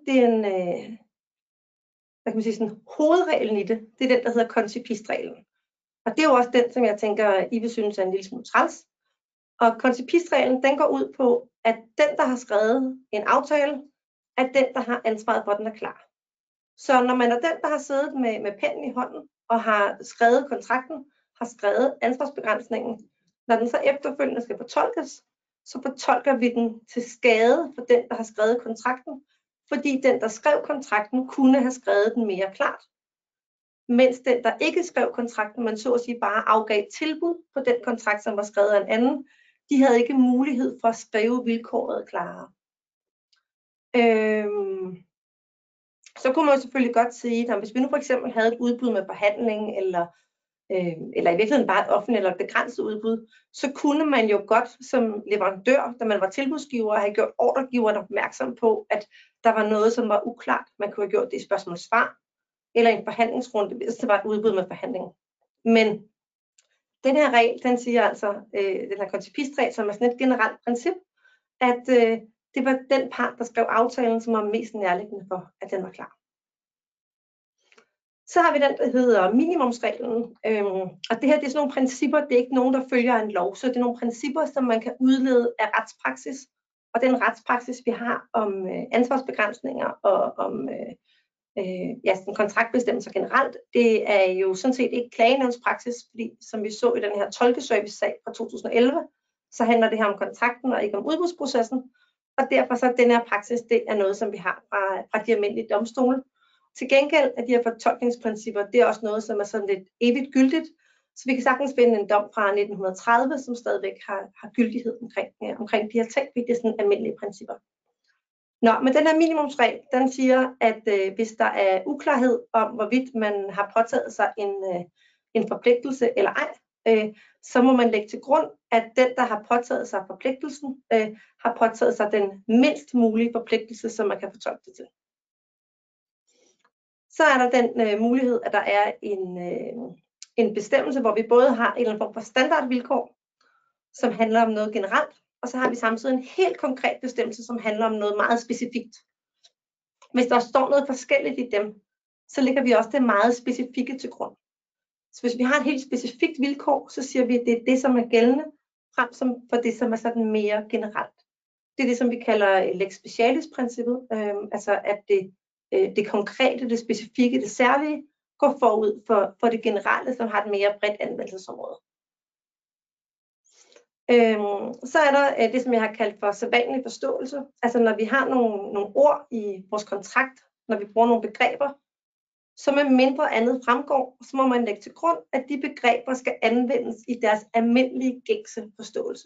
hovedreglen i det, det er den, der hedder koncipistreglen. Og det er jo også den, som jeg tænker, I vil synes er en lille smule træls. Og koncipistreglen, den går ud på, at den, der har skrevet en aftale, er den, der har ansvaret for, at den er klar. Så når man er den, der har siddet med pennen i hånden og har skrevet kontrakten, har skrevet ansvarsbegrænsningen, når den så efterfølgende skal fortolkes, så fortolker vi den til skade for den, der har skrevet kontrakten, fordi den, der skrev kontrakten, kunne have skrevet den mere klart. Mens den, der ikke skrev kontrakten, man så at sige bare afgav tilbud på den kontrakt, som var skrevet af en anden, de havde ikke mulighed for at skrive vilkåret klarere. Så kunne man jo selvfølgelig godt sige, at hvis vi nu for eksempel havde et udbud med forhandling, eller i virkeligheden bare et offentligt eller et begrænset udbud, så kunne man jo godt som leverandør, da man var tilbudsgiver, have gjort ordregiveren opmærksom på, at der var noget, som var uklart. Man kunne have gjort det i spørgsmål-svar, eller en forhandlingsrunde, hvis det var et udbud med forhandling. Men den her regel, den siger altså, den her koncipistregel, som er sådan et generelt princip, at det var den part, der skrev aftalen, som var mest nærliggende for, at den var klar. Så har vi den, der hedder minimumsreglen, og det her det er sådan nogle principper, det er ikke nogen, der følger en lov, så det er nogle principper, som man kan udlede af retspraksis, og den retspraksis, vi har om ansvarsbegrænsninger og om kontraktbestemmelser generelt, det er jo sådan set ikke klagenævnspraksis, fordi som vi så i den her tolkeservice-sag fra 2011, så handler det her om kontrakten og ikke om udbudsprocessen, og derfor så den her praksis, det er noget, som vi har fra de almindelige domstole. Til gengæld er de her fortolkningsprincipper, det er også noget, som er sådan lidt evigt gyldigt, så vi kan sagtens finde en dom fra 1930, som stadigvæk har gyldighed omkring de her ting, fordi det er sådan almindelige principper. Nå, men den her minimumsregel, den siger, at hvis der er uklarhed om, hvorvidt man har påtaget sig en forpligtelse eller ej, så må man lægge til grund, at den, der har påtaget sig forpligtelsen, har påtaget sig den mindst mulige forpligtelse, som man kan fortolke det til. Så er der den mulighed, at der er en bestemmelse, hvor vi både har en eller anden form for standardvilkår, som handler om noget generelt, og så har vi samtidig en helt konkret bestemmelse, som handler om noget meget specifikt. Hvis der står noget forskelligt i dem, så lægger vi også det meget specifikke til grund. Så hvis vi har et helt specifikt vilkår, så siger vi, at det er det, som er gældende, frem for det, som er sådan mere generelt. Det er det, som vi kalder lex specialis-princippet, altså at det konkrete, det specifikke, det særlige, går forud for det generelle, som har et mere bredt anvendelsesområde. Så er der det, som jeg har kaldt for sædvanlig forståelse. Altså når vi har nogle ord i vores kontrakt, når vi bruger nogle begreber, så med mindre andet fremgår, så må man lægge til grund, at de begreber skal anvendes i deres almindelige gængse forståelse.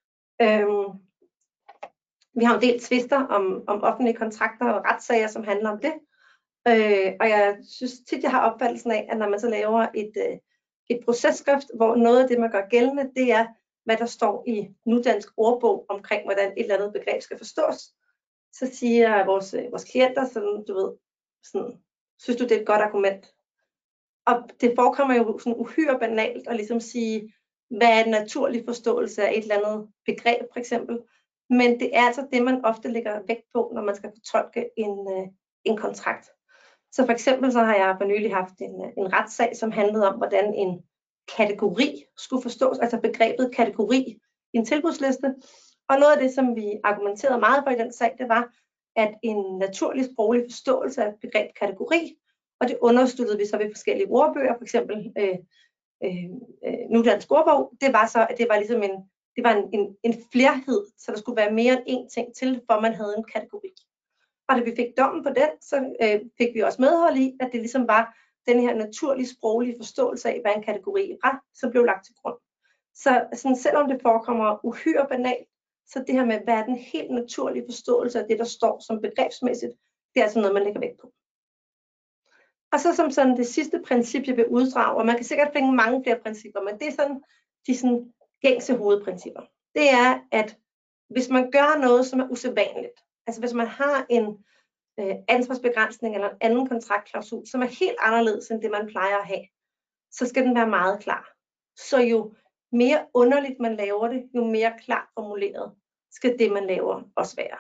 Vi har en del tvister om offentlige kontrakter og retssager, som handler om det. Og jeg synes tit, jeg har opfattelsen af, at når man så laver et processkrift, hvor noget af det, man gør gældende, det er, hvad der står i nudansk ordbog omkring, hvordan et eller andet begreb skal forstås, så siger vores klienter, sådan, du ved, sådan, synes du, det er et godt argument? Og det forekommer jo sådan uhyre banalt at ligesom sige, hvad er en naturlig forståelse af et eller andet begreb, for eksempel. Men det er altså det, man ofte lægger vægt på, når man skal fortolke en kontrakt. Så for eksempel så har jeg for nylig haft en retssag, som handlede om, hvordan en kategori skulle forstås, altså begrebet kategori i en tilbudsliste. Og noget af det, som vi argumenterede meget for i den sag, det var, at en naturlig sproglig forståelse af begreb kategori, og det understøttede vi så ved forskellige ordbøger, for eksempel Nudansk Ordbog, det var så, at det var ligesom en flerhed, så der skulle være mere end én ting til, for man havde en kategori. Og da vi fik dommen på den, så fik vi også medhold i, at det ligesom var den her naturlige sproglige forståelse af, hvad en kategori var, som blev lagt til grund. Så sådan, selvom det forekommer uhyre banalt, så det her med, hvad er den helt naturlige forståelse af det, der står som begrebsmæssigt, det er altså noget, man lægger vægt på. Og så som sådan det sidste princip, jeg vil uddrage, og man kan sikkert finde mange flere principper, men det er sådan de sådan gængse hovedprincipper. Det er, at hvis man gør noget, som er usædvanligt, altså hvis man har en ansvarsbegrænsning eller en anden kontraktklausul, som er helt anderledes end det, man plejer at have, så skal den være meget klar. Så jo mere underligt man laver det, jo mere klart formuleret skal det, man laver, også være.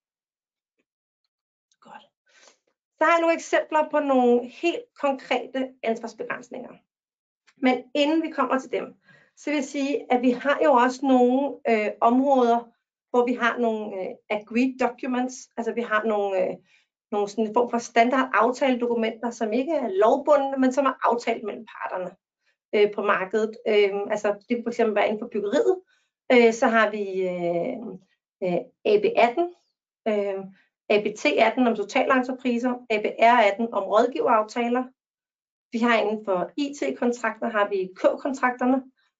Godt. Så har jeg nogle eksempler på nogle helt konkrete ansvarsbegrænsninger. Men inden vi kommer til dem, så vil jeg sige, at vi har jo også nogle områder, hvor vi har nogle agreed documents, altså vi har nogle sådan en form for standard aftaledokumenter, som ikke er lovbundne, men som er aftalt mellem parterne på markedet. Altså det kan fx være inden for byggeriet. Så har vi AB18, ABT18 om totalentrepriser, ABR18 om rådgiveraftaler. Vi har inden for IT-kontrakter, har vi K-kontrakterne.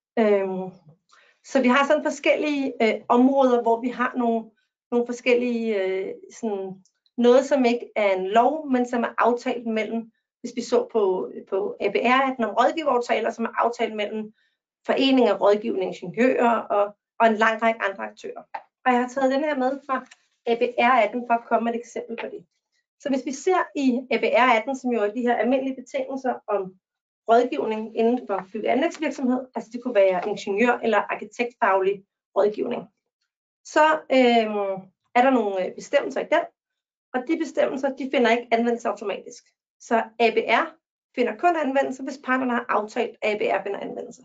Så vi har sådan forskellige områder, hvor vi har nogle forskellige, sådan, noget som ikke er en lov, men som er aftalt mellem, hvis vi så på ABR18 om rådgiveraftaler, som er aftalt mellem foreninger, rådgivende ingeniører og en lang række andre aktører. Og jeg har taget den her med fra ABR18 for at komme med et eksempel på det. Så hvis vi ser i ABR18, som jo er de her almindelige betingelser om rådgivning inden for bygge- og anlægsvirksomhed, altså det kunne være ingeniør- eller arkitektfaglig rådgivning, så er der nogle bestemmelser i den, og de bestemmelser, de finder ikke anvendelse automatisk. Så ABR finder kun anvendelse, hvis parterne har aftalt, at ABR finder anvendelse.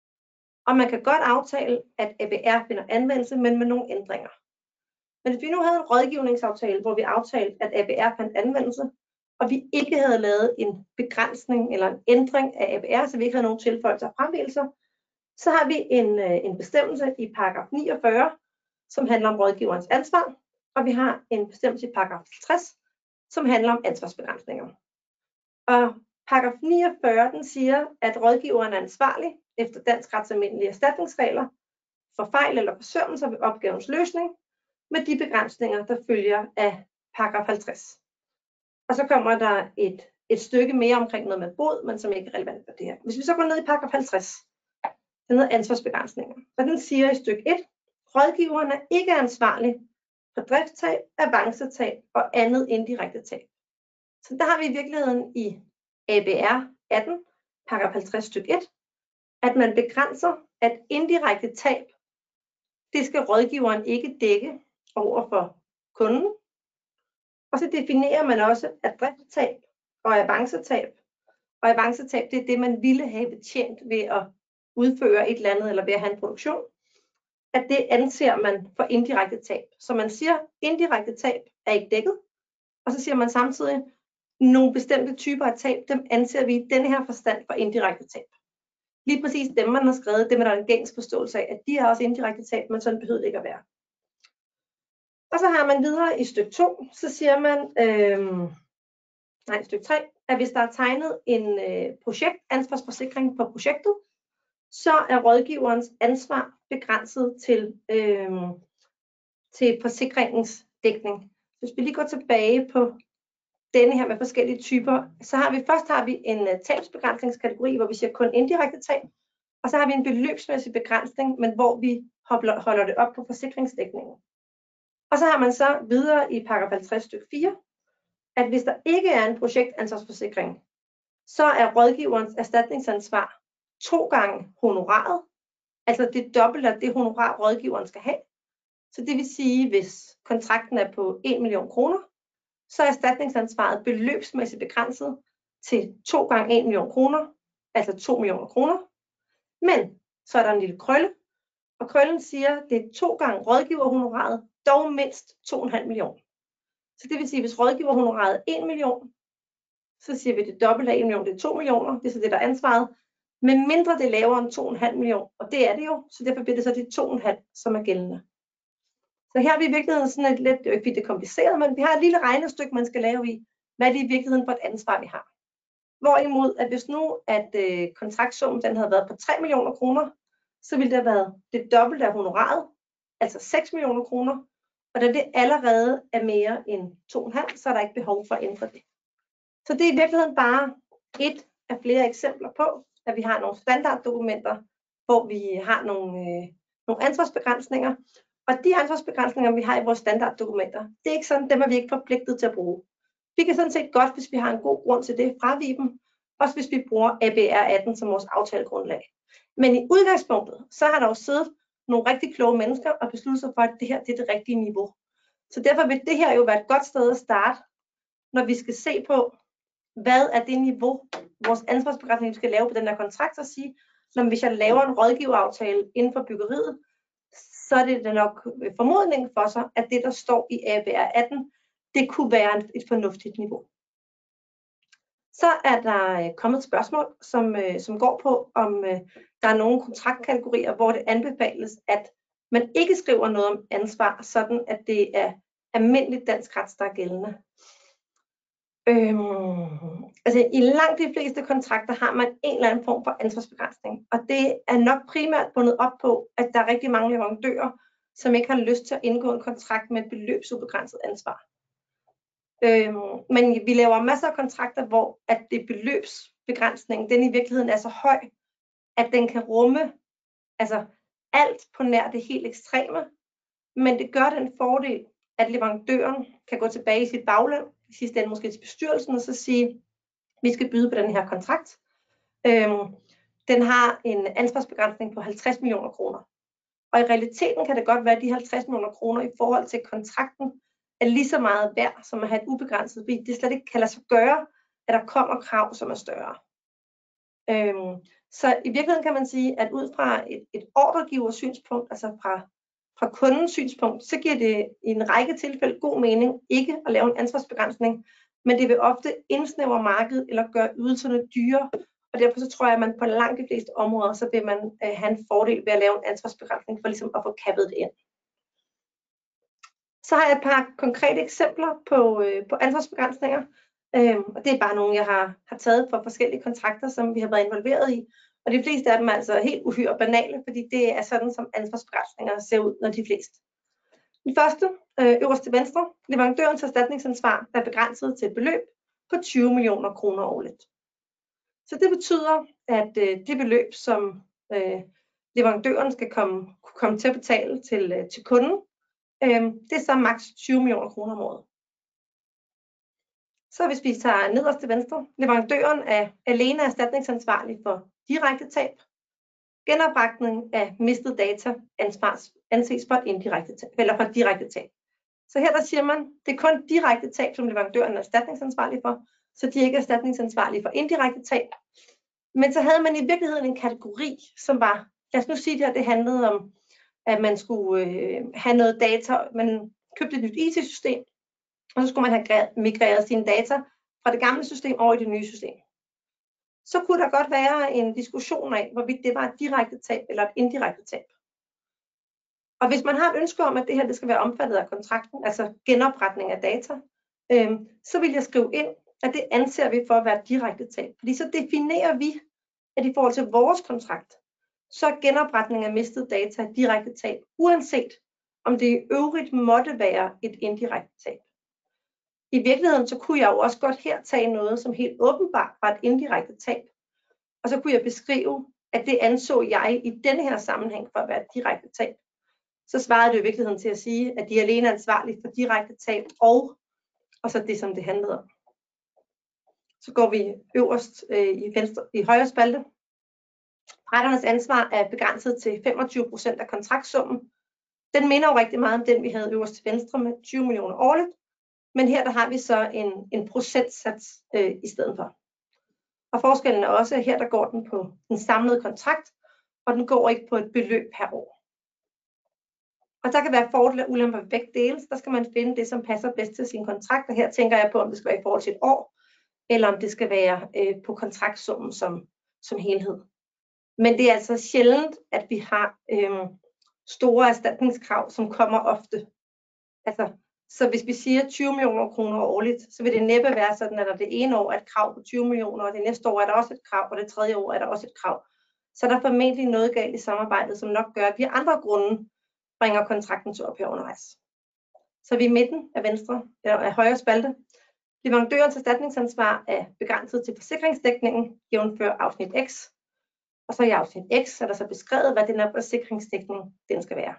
Og man kan godt aftale, at ABR finder anvendelse, men med nogle ændringer. Men hvis vi nu havde en rådgivningsaftale, hvor vi aftalte, at ABR fandt anvendelse, og vi ikke havde lavet en begrænsning eller en ændring af ABR, så vi ikke havde nogen tilføjelser og fremvigelser, så har vi en bestemmelse i paragraf 49, som handler om rådgiverens ansvar, og vi har en bestemmelse i paragraf 50, som handler om ansvarsbegrænsninger. Og paragraf 49, den siger, at rådgiveren er ansvarlig efter dansk rets almindelige erstatningsregler for fejl eller forsømmelser ved opgavens løsning, med de begrænsninger, der følger af paragraf 50. Og så kommer der et stykke mere omkring noget med bod, men som ikke er relevant for det her. Hvis vi så går ned i paragraf 50, den hedder ansvarsbegrænsninger, og den siger i stykke 1, rådgiveren er ikke ansvarlig for driftstab, avancetab og andet indirekte tab. Så der har vi i virkeligheden i ABR 18, paragraf 50 stykke 1, at man begrænser, at indirekte tab, det skal rådgiveren ikke dække over for kunden. Og så definerer man også, at driftstab og avancetab, og avancetab, det er det, man ville have betjent ved at udføre et eller andet, eller ved at have en produktion, at det anser man for indirekte tab. Så man siger, at indirekte tab er ikke dækket, og så siger man samtidig, nogle bestemte typer af tab, dem anser vi i denne her forstand for indirekte tab. Lige præcis dem, man har skrevet, dem er der en gængs forståelse af, at de er også indirekte tab, men sådan behøver det ikke at være. Og så har man videre i stykke 2, så siger man, stykke 3, at hvis der er tegnet en projektansvarsforsikring på projektet, så er rådgiverens ansvar begrænset til forsikringens dækning. Hvis vi lige går tilbage på denne her med forskellige typer, så har vi en tabsbegrænsningskategori, hvor vi siger kun indirekte tab, og så har vi en beløbsmæssig begrænsning, men hvor vi holder det op på forsikringsdækningen. Og så har man så videre i paragraf 50 stykke 4, at hvis der ikke er en projektansvarsforsikring, så er rådgiverens erstatningsansvar 2 gange honoraret, altså det dobbelte af det honorar, rådgiveren skal have. Så det vil sige, hvis kontrakten er på 1 million kroner, så er erstatningsansvaret beløbsmæssigt begrænset til 2 gange 1 million kroner, altså 2 millioner kroner. Men så er der en lille krølle, og krøllen siger, at det er 2 gange rådgiverhonoraret, dog mindst 2,5 millioner. Så det vil sige, at hvis rådgiverhonoraret er 1 million, så siger vi, at det dobbelte af 1 million, det er 2 millioner, det er så det, der er ansvaret. Men mindre det er lavere end 2,5 millioner, og det er det jo, så derfor bliver det så de 2,5, som er gældende. Så her er vi i virkeligheden sådan et lidt, det er jo ikke fordi det er kompliceret, men vi har et lille regnestykke, man skal lave i, hvad det i virkeligheden for et ansvar, vi har. Hvorimod, at hvis nu, at kontraktsummen den havde været på 3 millioner kroner, så ville det have været det dobbelte af honoraret, altså 6 millioner kroner, og da det allerede er mere end 2,5, så er der ikke behov for at ændre det. Så det er i virkeligheden bare et af flere eksempler på, at vi har nogle standarddokumenter, hvor vi har nogle ansvarsbegrænsninger, og de ansvarsbegrænsninger, vi har i vores standarddokumenter, det er ikke sådan, dem er vi ikke forpligtet til at bruge. Vi kan sådan set godt, hvis vi har en god grund til det, fravige dem, også hvis vi bruger ABR 18 som vores aftalegrundlag. Men i udgangspunktet, så har der jo siddet nogle rigtig kloge mennesker og besluttet sig for, at det her det er det rigtige niveau. Så derfor vil det her jo være et godt sted at starte, når vi skal se på, hvad er det niveau, vores ansvarsbegrænsning skal lave på den her kontrakt, og sige, når hvis jeg laver en rådgiveraftale inden for byggeriet, så er det nok formodning for sig, at det, der står i ABR 18, det kunne være et fornuftigt niveau. Så er der kommet et spørgsmål, som går på, om der er nogle kontraktkategorier, hvor det anbefales, at man ikke skriver noget om ansvar, sådan at det er almindeligt dansk ret, der er gældende. Altså i langt de fleste kontrakter har man en eller anden form for ansvarsbegrænsning, og det er nok primært bundet op på, at der er rigtig mange leverandører, som ikke har lyst til at indgå en kontrakt med et beløbsubegrænset ansvar. Men vi laver masser af kontrakter, hvor at det beløbsbegrænsning, den i virkeligheden er så høj, at den kan rumme altså alt på nær det helt ekstreme, men det gør den fordel, at leverandøren kan gå tilbage i sit bagland, i sidste ende måske til bestyrelsen, og så sige, vi skal byde på den her kontrakt. Den har en ansvarsbegrænsning på 50 millioner kroner. Og i realiteten kan det godt være, at de 50 millioner kroner i forhold til kontrakten er lige så meget værd, som at have et ubegrænset bil. Det slet ikke kan lade sig gøre, at der kommer krav, som er større. Så i virkeligheden kan man sige, at ud fra et ordregivers synspunkt, altså fra kundens synspunkt, så giver det i en række tilfælde god mening ikke at lave en ansvarsbegrænsning, men det vil ofte indsnævre markedet eller gøre ydelserne dyre, og derfor så tror jeg, at man på langt de fleste områder, så vil man have en fordel ved at lave en ansvarsbegrænsning for ligesom at få kappet det ind. Så har jeg et par konkrete eksempler på ansvarsbegrænsninger, og det er bare nogle, jeg har taget fra forskellige kontrakter, som vi har været involveret i. Og de fleste af dem er altså helt uhyre banale, fordi det er sådan, som ansvarsbegrænsninger ser ud, når de fleste. Den første, øverst til venstre, leverandørens erstatningsansvar er begrænset til et beløb på 20 millioner kroner årligt. Så det betyder, at det beløb, som leverandøren skal komme til at betale til kunden, det er så maks 20 millioner kroner om året. Så hvis vi tager nederst til venstre, leverandøren er alene erstatningsansvarlig for direkte tab. Genopretning af mistet data anses for indirekte tab, eller for direkte tab. Så her der siger man, det er kun direkte tab, som leverandøren er erstatningsansvarlig for, så de er ikke erstatningsansvarlige for indirekte tab. Men så havde man i virkeligheden en kategori, som var, lad os nu sige det handlede om, at man skulle have noget data, man købte et nyt IT-system, og så skulle man have migreret sine data fra det gamle system over i det nye system. Så kunne der godt være en diskussion af, hvorvidt det var et direkte tab eller et indirekte tab. Og hvis man har et ønske om, at det her det skal være omfattet af kontrakten, altså genopretning af data, så vil jeg skrive ind, at det anser vi for at være et direkte tab. Fordi så definerer vi, at i forhold til vores kontrakt, så er genopretning af mistet data et direkte tab, uanset om det i øvrigt måtte være et indirekte tab. I virkeligheden så kunne jeg jo også godt her tage noget, som helt åbenbart var et indirekte tab. Og så kunne jeg beskrive, at det anså jeg i denne her sammenhæng for at være et direkte tab. Så svarede det i virkeligheden til at sige, at de er alene ansvarlige for direkte tab og så det, som det handlede om. Så går vi øverst i højre spalte. Retternes ansvar er begrænset til 25% af kontraktsummen. Den minder jo rigtig meget om den, vi havde øverst til venstre med 20 millioner årligt. Men her der har vi så en procentsats i stedet for. Og forskellen er også, at her der går den på den samlede kontrakt, og den går ikke på et beløb per år. Og der kan være fordele og ulemper ved begge dele. Der skal man finde det, som passer bedst til sin kontrakt. Og her tænker jeg på, om det skal være i forhold til et år, eller om det skal være på kontraktsummen som helhed. Men det er altså sjældent, at vi har store erstatningskrav, som kommer ofte. Altså, så hvis vi siger 20 millioner kroner årligt, så vil det næppe være sådan, at der det ene år er et krav på 20 millioner, og det næste år er der også et krav, og det tredje år er der også et krav. Så der er formentlig noget galt i samarbejdet, som nok gør, at vi af andre grunde bringer kontrakten til ophør undervejs. Så vi er i midten af venstre, eller af højre spalte. Leverandørens erstatningsansvar er begrænset til forsikringsdækningen, jævnfør afsnit X. Og så i afsnit X er der så beskrevet, hvad den her forsikringsdækning den skal være.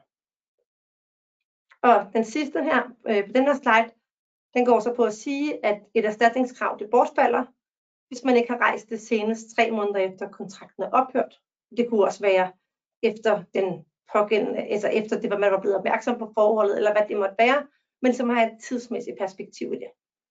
Og den sidste her, på den her slide, den går så på at sige, at et erstatningskrav det bortfalder, hvis man ikke har rejst det senest 3 måneder efter kontrakten er ophørt. Det kunne også være efter den pågældende, altså efter det, man var blevet opmærksom på forholdet, eller hvad det måtte være, men som har et tidsmæssigt perspektiv i det.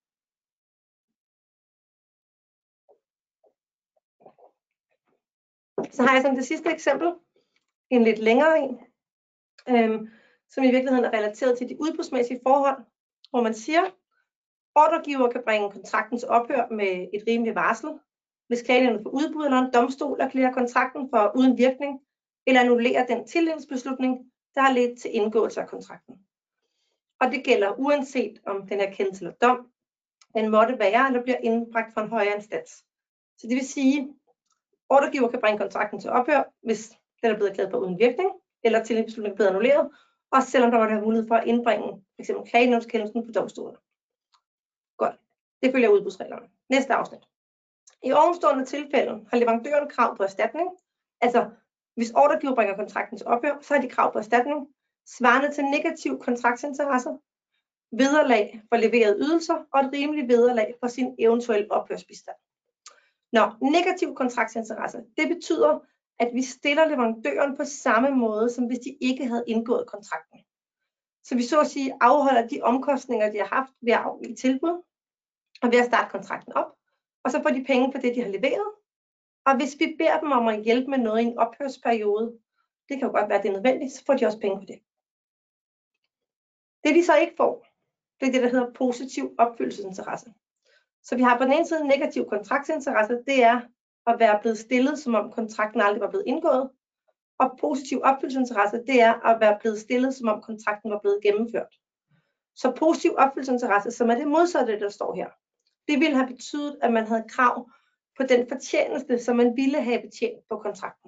Så har jeg som det sidste eksempel, en lidt længere en, som i virkeligheden er relateret til de udbudsmæssige forhold, hvor man siger, ordregiver kan bringe kontrakten til ophør med et rimeligt varsel, hvis klagenævnet for udbud eller en domstol erklærer kontrakten for uden virkning, eller annullerer den tildelingsbeslutning, der har ledt til indgåelse af kontrakten. Og det gælder uanset om den her kendelse eller dom, den måtte være eller bliver indbragt fra en højere instans. Så det vil sige, ordregiver kan bringe kontrakten til ophør, hvis den er blevet erklæret for uden virkning, eller tildelingsbeslutningen er blevet annulleret, også selvom der måtte have mulighed for at indbringe f.eks. klagenævnskendelsen på domstolen. Godt, det følger udbudsreglerne. Næste afsnit. I ovenstående tilfælde har leverandøren krav på erstatning, altså hvis ordregiver bringer kontrakten til ophør, så har de krav på erstatning, svarende til negativ kontraktsinteresse, vederlag for leverede ydelser og et rimeligt vederlag for sin eventuelle ophørsbistand. Negativ kontraktsinteresse, det betyder, at vi stiller leverandøren på samme måde, som hvis de ikke havde indgået kontrakten. Så vi så at sige afholder de omkostninger, de har haft ved at afgive tilbud, og ved at starte kontrakten op, og så får de penge for det, de har leveret. Og hvis vi beder dem om at hjælpe med noget i en ophørsperiode, det kan jo godt være, det er nødvendigt, så får de også penge for det. Det de så ikke får, det er det, der hedder positiv opfyldelsesinteresse. Så vi har på den ene side negativ kontraktsinteresse, det er at være blevet stillet, som om kontrakten aldrig var blevet indgået. Og positiv opfyldelsesinteresse, det er at være blevet stillet, som om kontrakten var blevet gennemført. Så positiv opfyldelsesinteresse, som er det modsatte, der står her, det ville have betydet, at man havde krav på den fortjeneste, som man ville have betjent på kontrakten.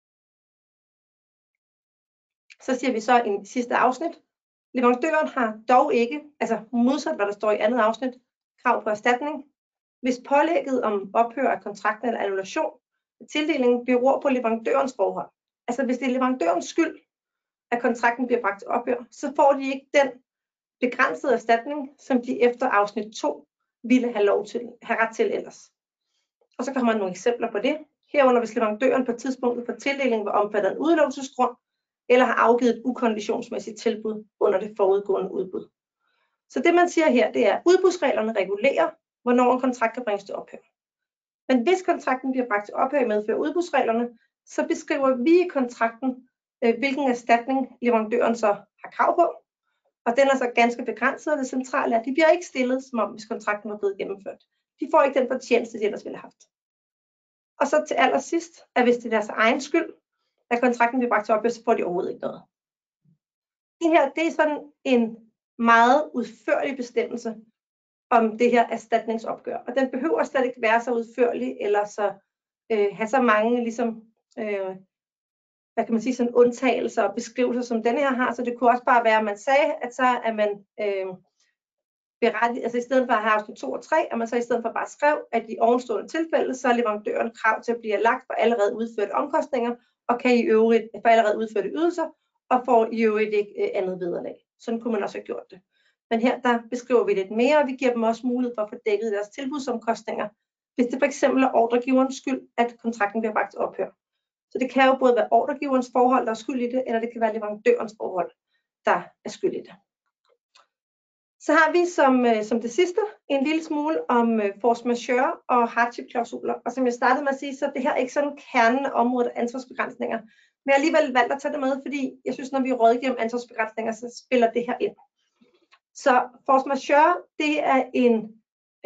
Så siger vi så i sidste afsnit, leverandøren har dog ikke, altså modsat hvad der står i andet afsnit, krav på erstatning, hvis pålægget om ophør af kontrakten eller annulation af tildelingen beror på leverandørens forhold. Altså hvis det er leverandørens skyld, at kontrakten bliver bragt til ophør, så får de ikke den begrænsede erstatning, som de efter afsnit 2 ville have ret til ellers. Og så kommer nogle eksempler på det. Herunder hvis leverandøren på tidspunktet for tildelingen var omfattet af en udelukkelsesgrund, eller har afgivet et ukonditionsmæssigt tilbud under det forudgående udbud. Så det man siger her, det er, at udbudsreglerne regulerer, hvornår en kontrakt kan bringes til ophør. Men hvis kontrakten bliver bragt til ophør i medfør af udbudsreglerne, så beskriver vi i kontrakten, hvilken erstatning leverandøren så har krav på. Og den er så ganske begrænset, og det centrale er, at de bliver ikke stillet, som om hvis kontrakten var blevet gennemført. De får ikke den fortjeneste, de ellers ville have haft. Og så til allersidst, at hvis det er deres egen skyld, at kontrakten bliver bragt til ophør, så får de overhovedet ikke noget. Det her, det er sådan en meget udførlig bestemmelse om det her erstatningsopgør. Og den behøver slet ikke være så udførlig, eller så have så mange ligesom, hvad kan man sige, sådan undtagelser og beskrivelser, som denne her har. Så det kunne også bare være, at man sagde, at så er man berettiget, altså i stedet for at have afsnit 2 og 3, at man så i stedet for bare skrev, at i ovenstående tilfælde, så er leverandøren krav til at blive lagt for allerede udførte omkostninger, og kan i øvrigt for allerede udførte ydelser, og får i øvrigt ikke andet vederlag. Sådan kunne man også have gjort det. Men her der beskriver vi lidt mere, og vi giver dem også mulighed for at få dækket deres tilbudsomkostninger, hvis det fx er ordregiverens skyld, at kontrakten bliver bragt til ophør. Så det kan jo både være ordregiverens forhold, der er skyld i det, eller det kan være leverandørens forhold, der er skyld i det. Så har vi som det sidste en lille smule om force majeure og hardship-klausuler. Og som jeg startede med at sige, så det her er ikke sådan kernende område af ansvarsbegrænsninger. Men jeg har alligevel valgt at tage det med, fordi jeg synes, når vi rådgiver om ansvarsbegrænsninger, så spiller det her ind. Så force majeure, det er en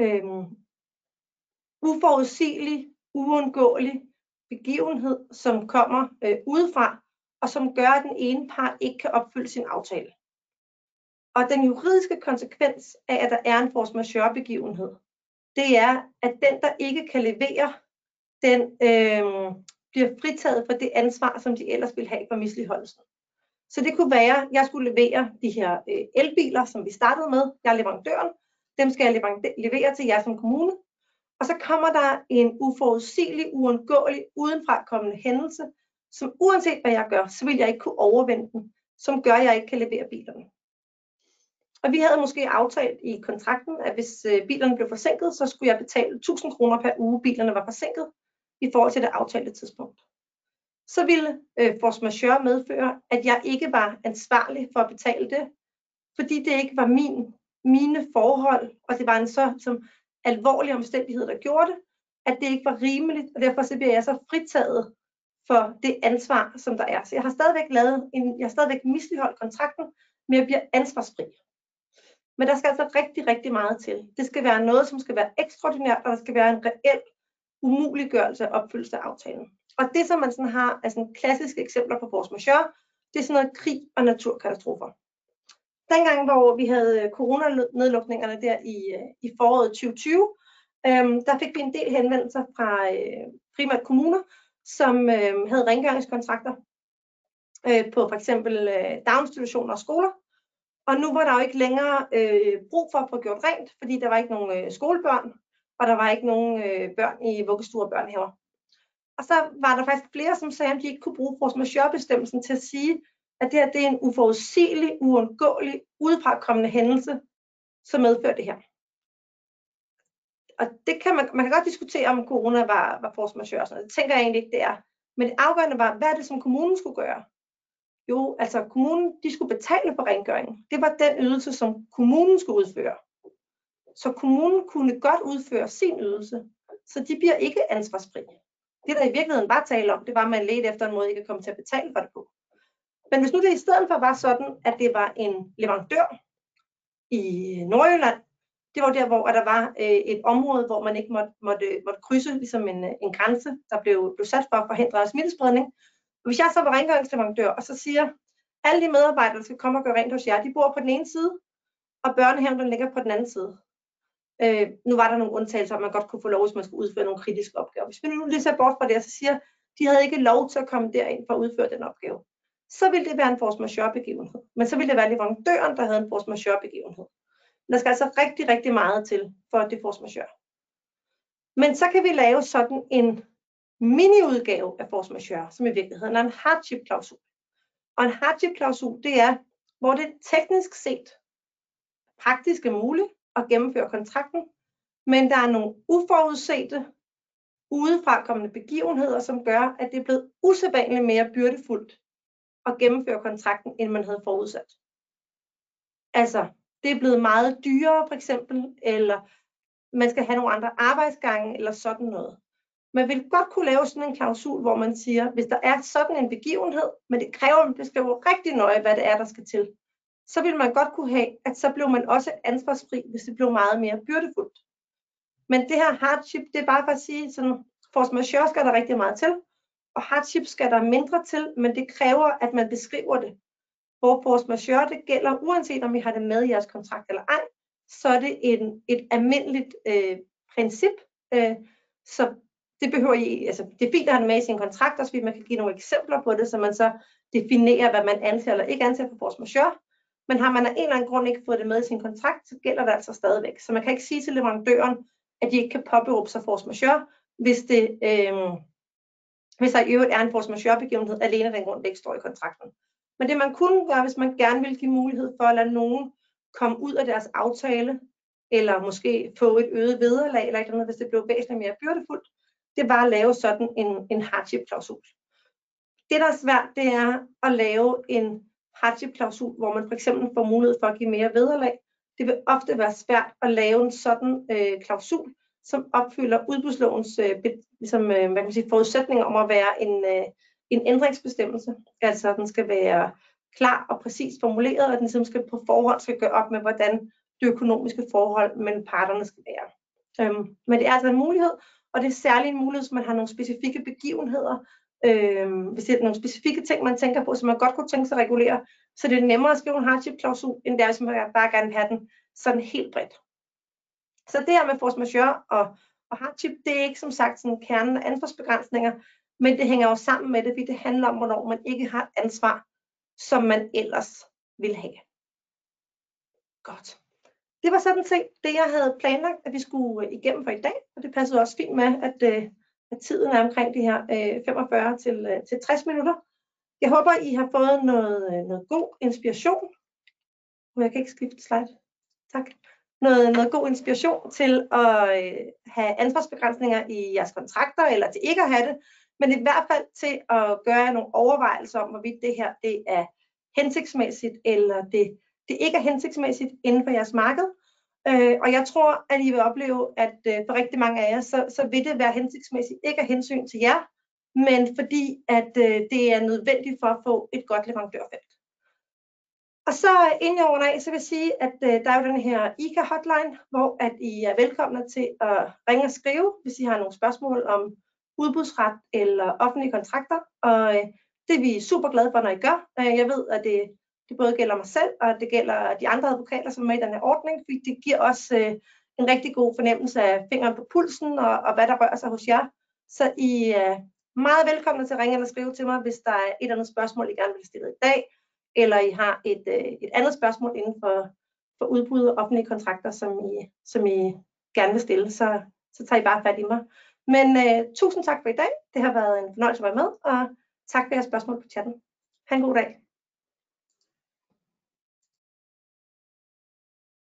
uforudsigelig, uundgåelig begivenhed, som kommer udefra, og som gør, at den ene part ikke kan opfylde sin aftale. Og den juridiske konsekvens af, at der er en force majeure begivenhed, det er, at den, der ikke kan levere, den bliver fritaget for det ansvar, som de ellers ville have for misligholdelsen. Så det kunne være, at jeg skulle levere de her elbiler, som vi startede med. Jeg er leverandøren. Dem skal jeg levere til jer som kommune. Og så kommer der en uforudsigelig, uundgåelig, udenfra kommende hændelse, som uanset hvad jeg gør, så vil jeg ikke kunne overvinde den, som gør, at jeg ikke kan levere bilerne. Og vi havde måske aftalt i kontrakten, at hvis bilerne blev forsinket, så skulle jeg betale 1000 kroner per uge, bilerne var forsinket, i forhold til det aftalte tidspunkt. Så ville force majeure medføre, at jeg ikke var ansvarlig for at betale det, fordi det ikke var mine forhold, og det var en så alvorlig omstændighed, der gjorde det, at det ikke var rimeligt, og derfor så bliver jeg så fritaget for det ansvar, som der er. Så jeg har stadigvæk misligholdt kontrakten, men jeg bliver ansvarsfri. Men der skal altså rigtig, rigtig meget til. Det skal være noget, som skal være ekstraordinært, og der skal være en reel umuliggørelse af opfyldelse af aftalen. Og det, som man sådan har af sådan klassiske eksempler på force majeure, det er sådan noget krig og naturkatastrofer. Dengang, hvor vi havde coronanedlukningerne der i foråret 2020, der fik vi en del henvendelser fra primært kommuner, som havde rengøringskontrakter på for eksempel daginstitutioner og skoler. Og nu var der jo ikke længere brug for at få gjort rent, fordi der var ikke nogen skolebørn, og der var ikke nogen børn i vuggestuer og børnehaver. Og så var der faktisk flere, som sagde, at de ikke kunne bruge force majeure-bestemmelsen til at sige, at det her det er en uforudsigelig, uundgåelig, udefrakommende hændelse, som medfører det her. Og det kan man kan godt diskutere, om corona var force majeure. Sådan. Det tænker jeg egentlig ikke, det er. Men det afgørende var, hvad er det, som kommunen skulle gøre? Jo, altså kommunen, de skulle betale for rengøringen. Det var den ydelse, som kommunen skulle udføre. Så kommunen kunne godt udføre sin ydelse, så de bliver ikke ansvarsfri. Det, der i virkeligheden var tale om, det var, at man ledte efter en måde ikke at komme til at betale for det på. Men hvis nu det i stedet for var sådan, at det var en leverandør i Nordjylland, det var der, hvor der var et område, hvor man ikke måtte krydse ligesom en grænse, der blev sat for at forhindre smittespredning. Og hvis jeg så var rengøringsleverandør, og så siger, alle de medarbejdere, der skal komme og gøre rent hos jer, de bor på den ene side, og børnehaven den ligger på den anden side. Nu var der nogle undtagelser, at man godt kunne få lov, hvis man skulle udføre nogle kritiske opgaver. Hvis vi nu lige ser bort fra det, og så siger, de havde ikke lov til at komme derind for at udføre den opgave, så ville det være en force majeure begivenhed. Men så ville det være leverandøren, der havde en force majeure begivenhed. Der skal altså rigtig, rigtig meget til, for at det er force majeure. Men så kan vi lave sådan en mini-udgave af force majeure, som i virkeligheden er en hardship-klausul. Og en hardship-klausul, det er, hvor det teknisk set praktisk er muligt at gennemføre kontrakten, men der er nogle uforudsete, udefrakommende begivenheder, som gør, at det er blevet usædvanligt mere byrdefuldt at gennemføre kontrakten, end man havde forudsat. Altså, det er blevet meget dyrere for eksempel, eller man skal have nogle andre arbejdsgange, eller sådan noget. Man vil godt kunne lave sådan en klausul, hvor man siger, hvis der er sådan en begivenhed, men det kræver, at man beskriver rigtig nøje, hvad det er, der skal til, så vil man godt kunne have, at så blev man også ansvarsfri, hvis det blev meget mere byrdefuldt. Men det her hardship, det er bare for at sige, sådan, force majeure skal der rigtig meget til, og hardship skal der mindre til, men det kræver, at man beskriver det. Hvor force majeure, det gælder, uanset om I har det med i jeres kontrakt eller ej, så er det et almindeligt princip, så det behøver I, altså det er fint at have det med i sin kontrakt, også fordi man kan give nogle eksempler på det, så man så definerer, hvad man anser eller ikke anser for force majeure. Men har man af en eller anden grund ikke fået det med i sin kontrakt, så gælder det altså stadigvæk. Så man kan ikke sige til leverandøren, at de ikke kan påberåbe sig force majeure, hvis der i øvrigt er en force majeure begivenhed alene af den grund, det ikke står i kontrakten. Men det man kunne gøre, hvis man gerne ville give mulighed for at lade nogen komme ud af deres aftale, eller måske få et øget vederlag, eller et eller andet, hvis det blev væsentligt mere byrdefuldt, det var at lave sådan en hardship-klausul. Det, der er svært, det er at lave en hardship-klausul, hvor man for eksempel får mulighed for at give mere vederlag. det vil ofte være svært at lave en sådan klausul, som opfylder udbudslovens forudsætninger om at være en ændringsbestemmelse. Altså den skal være klar og præcist formuleret, og den ligesom skal på forhånd skal gøre op med, hvordan det økonomiske forhold mellem parterne skal være. Men det er altså en mulighed, og det er særligt en mulighed, hvis man har nogle specifikke begivenheder, hvis det er nogle specifikke ting, man tænker på, som man godt kunne tænke sig at regulere, så det er nemmere at skrive en hardship-klausul, end det er, hvis man bare gerne vil have den sådan helt bredt. Så det her med force majeure og hardship, det er ikke som sagt sådan kernen af ansvarsbegrænsninger, men det hænger jo sammen med det, fordi det handler om, hvornår man ikke har et ansvar, som man ellers vil have. Godt. Det var sådan set det, jeg havde planlagt, at vi skulle igennem for i dag, og det passede også fint med, at tiden er omkring de her 45 til 60 minutter. Jeg håber, I har fået noget god inspiration. Jeg kan ikke skifte slide. Tak. Noget god inspiration til at have ansvarsbegrænsninger i jeres kontrakter, eller til ikke at have det, men i hvert fald til at gøre nogle overvejelser om, hvorvidt det her det er hensigtsmæssigt, eller det ikke er hensigtsmæssigt inden for jeres marked. Og jeg tror, at I vil opleve, at for rigtig mange af jer, så vil det være hensigtsmæssigt, ikke af hensyn til jer, men fordi at det er nødvendigt for at få et godt leverandørfelt. Og så inden jeg runder af, så vil jeg sige, at der er jo den her ICA hotline, hvor at I er velkomne til at ringe og skrive, hvis I har nogle spørgsmål om udbudsret eller offentlige kontrakter. Og det er vi super glade for, når I gør. Jeg ved, at det både gælder mig selv, og det gælder de andre advokater, som er med i den her ordning, fordi det giver os en rigtig god fornemmelse af fingeren på pulsen, og hvad der rører sig hos jer. Så I er meget velkomne til at ringe eller skrive til mig, hvis der er et eller andet spørgsmål, I gerne vil stille i dag, eller I har et andet spørgsmål inden for udbud og offentlige kontrakter, som I gerne vil stille, så tager I bare fat i mig. Men tusind tak for i dag. Det har været en fornøjelse at være med, og tak for jeres spørgsmål på chatten. Ha' en god dag.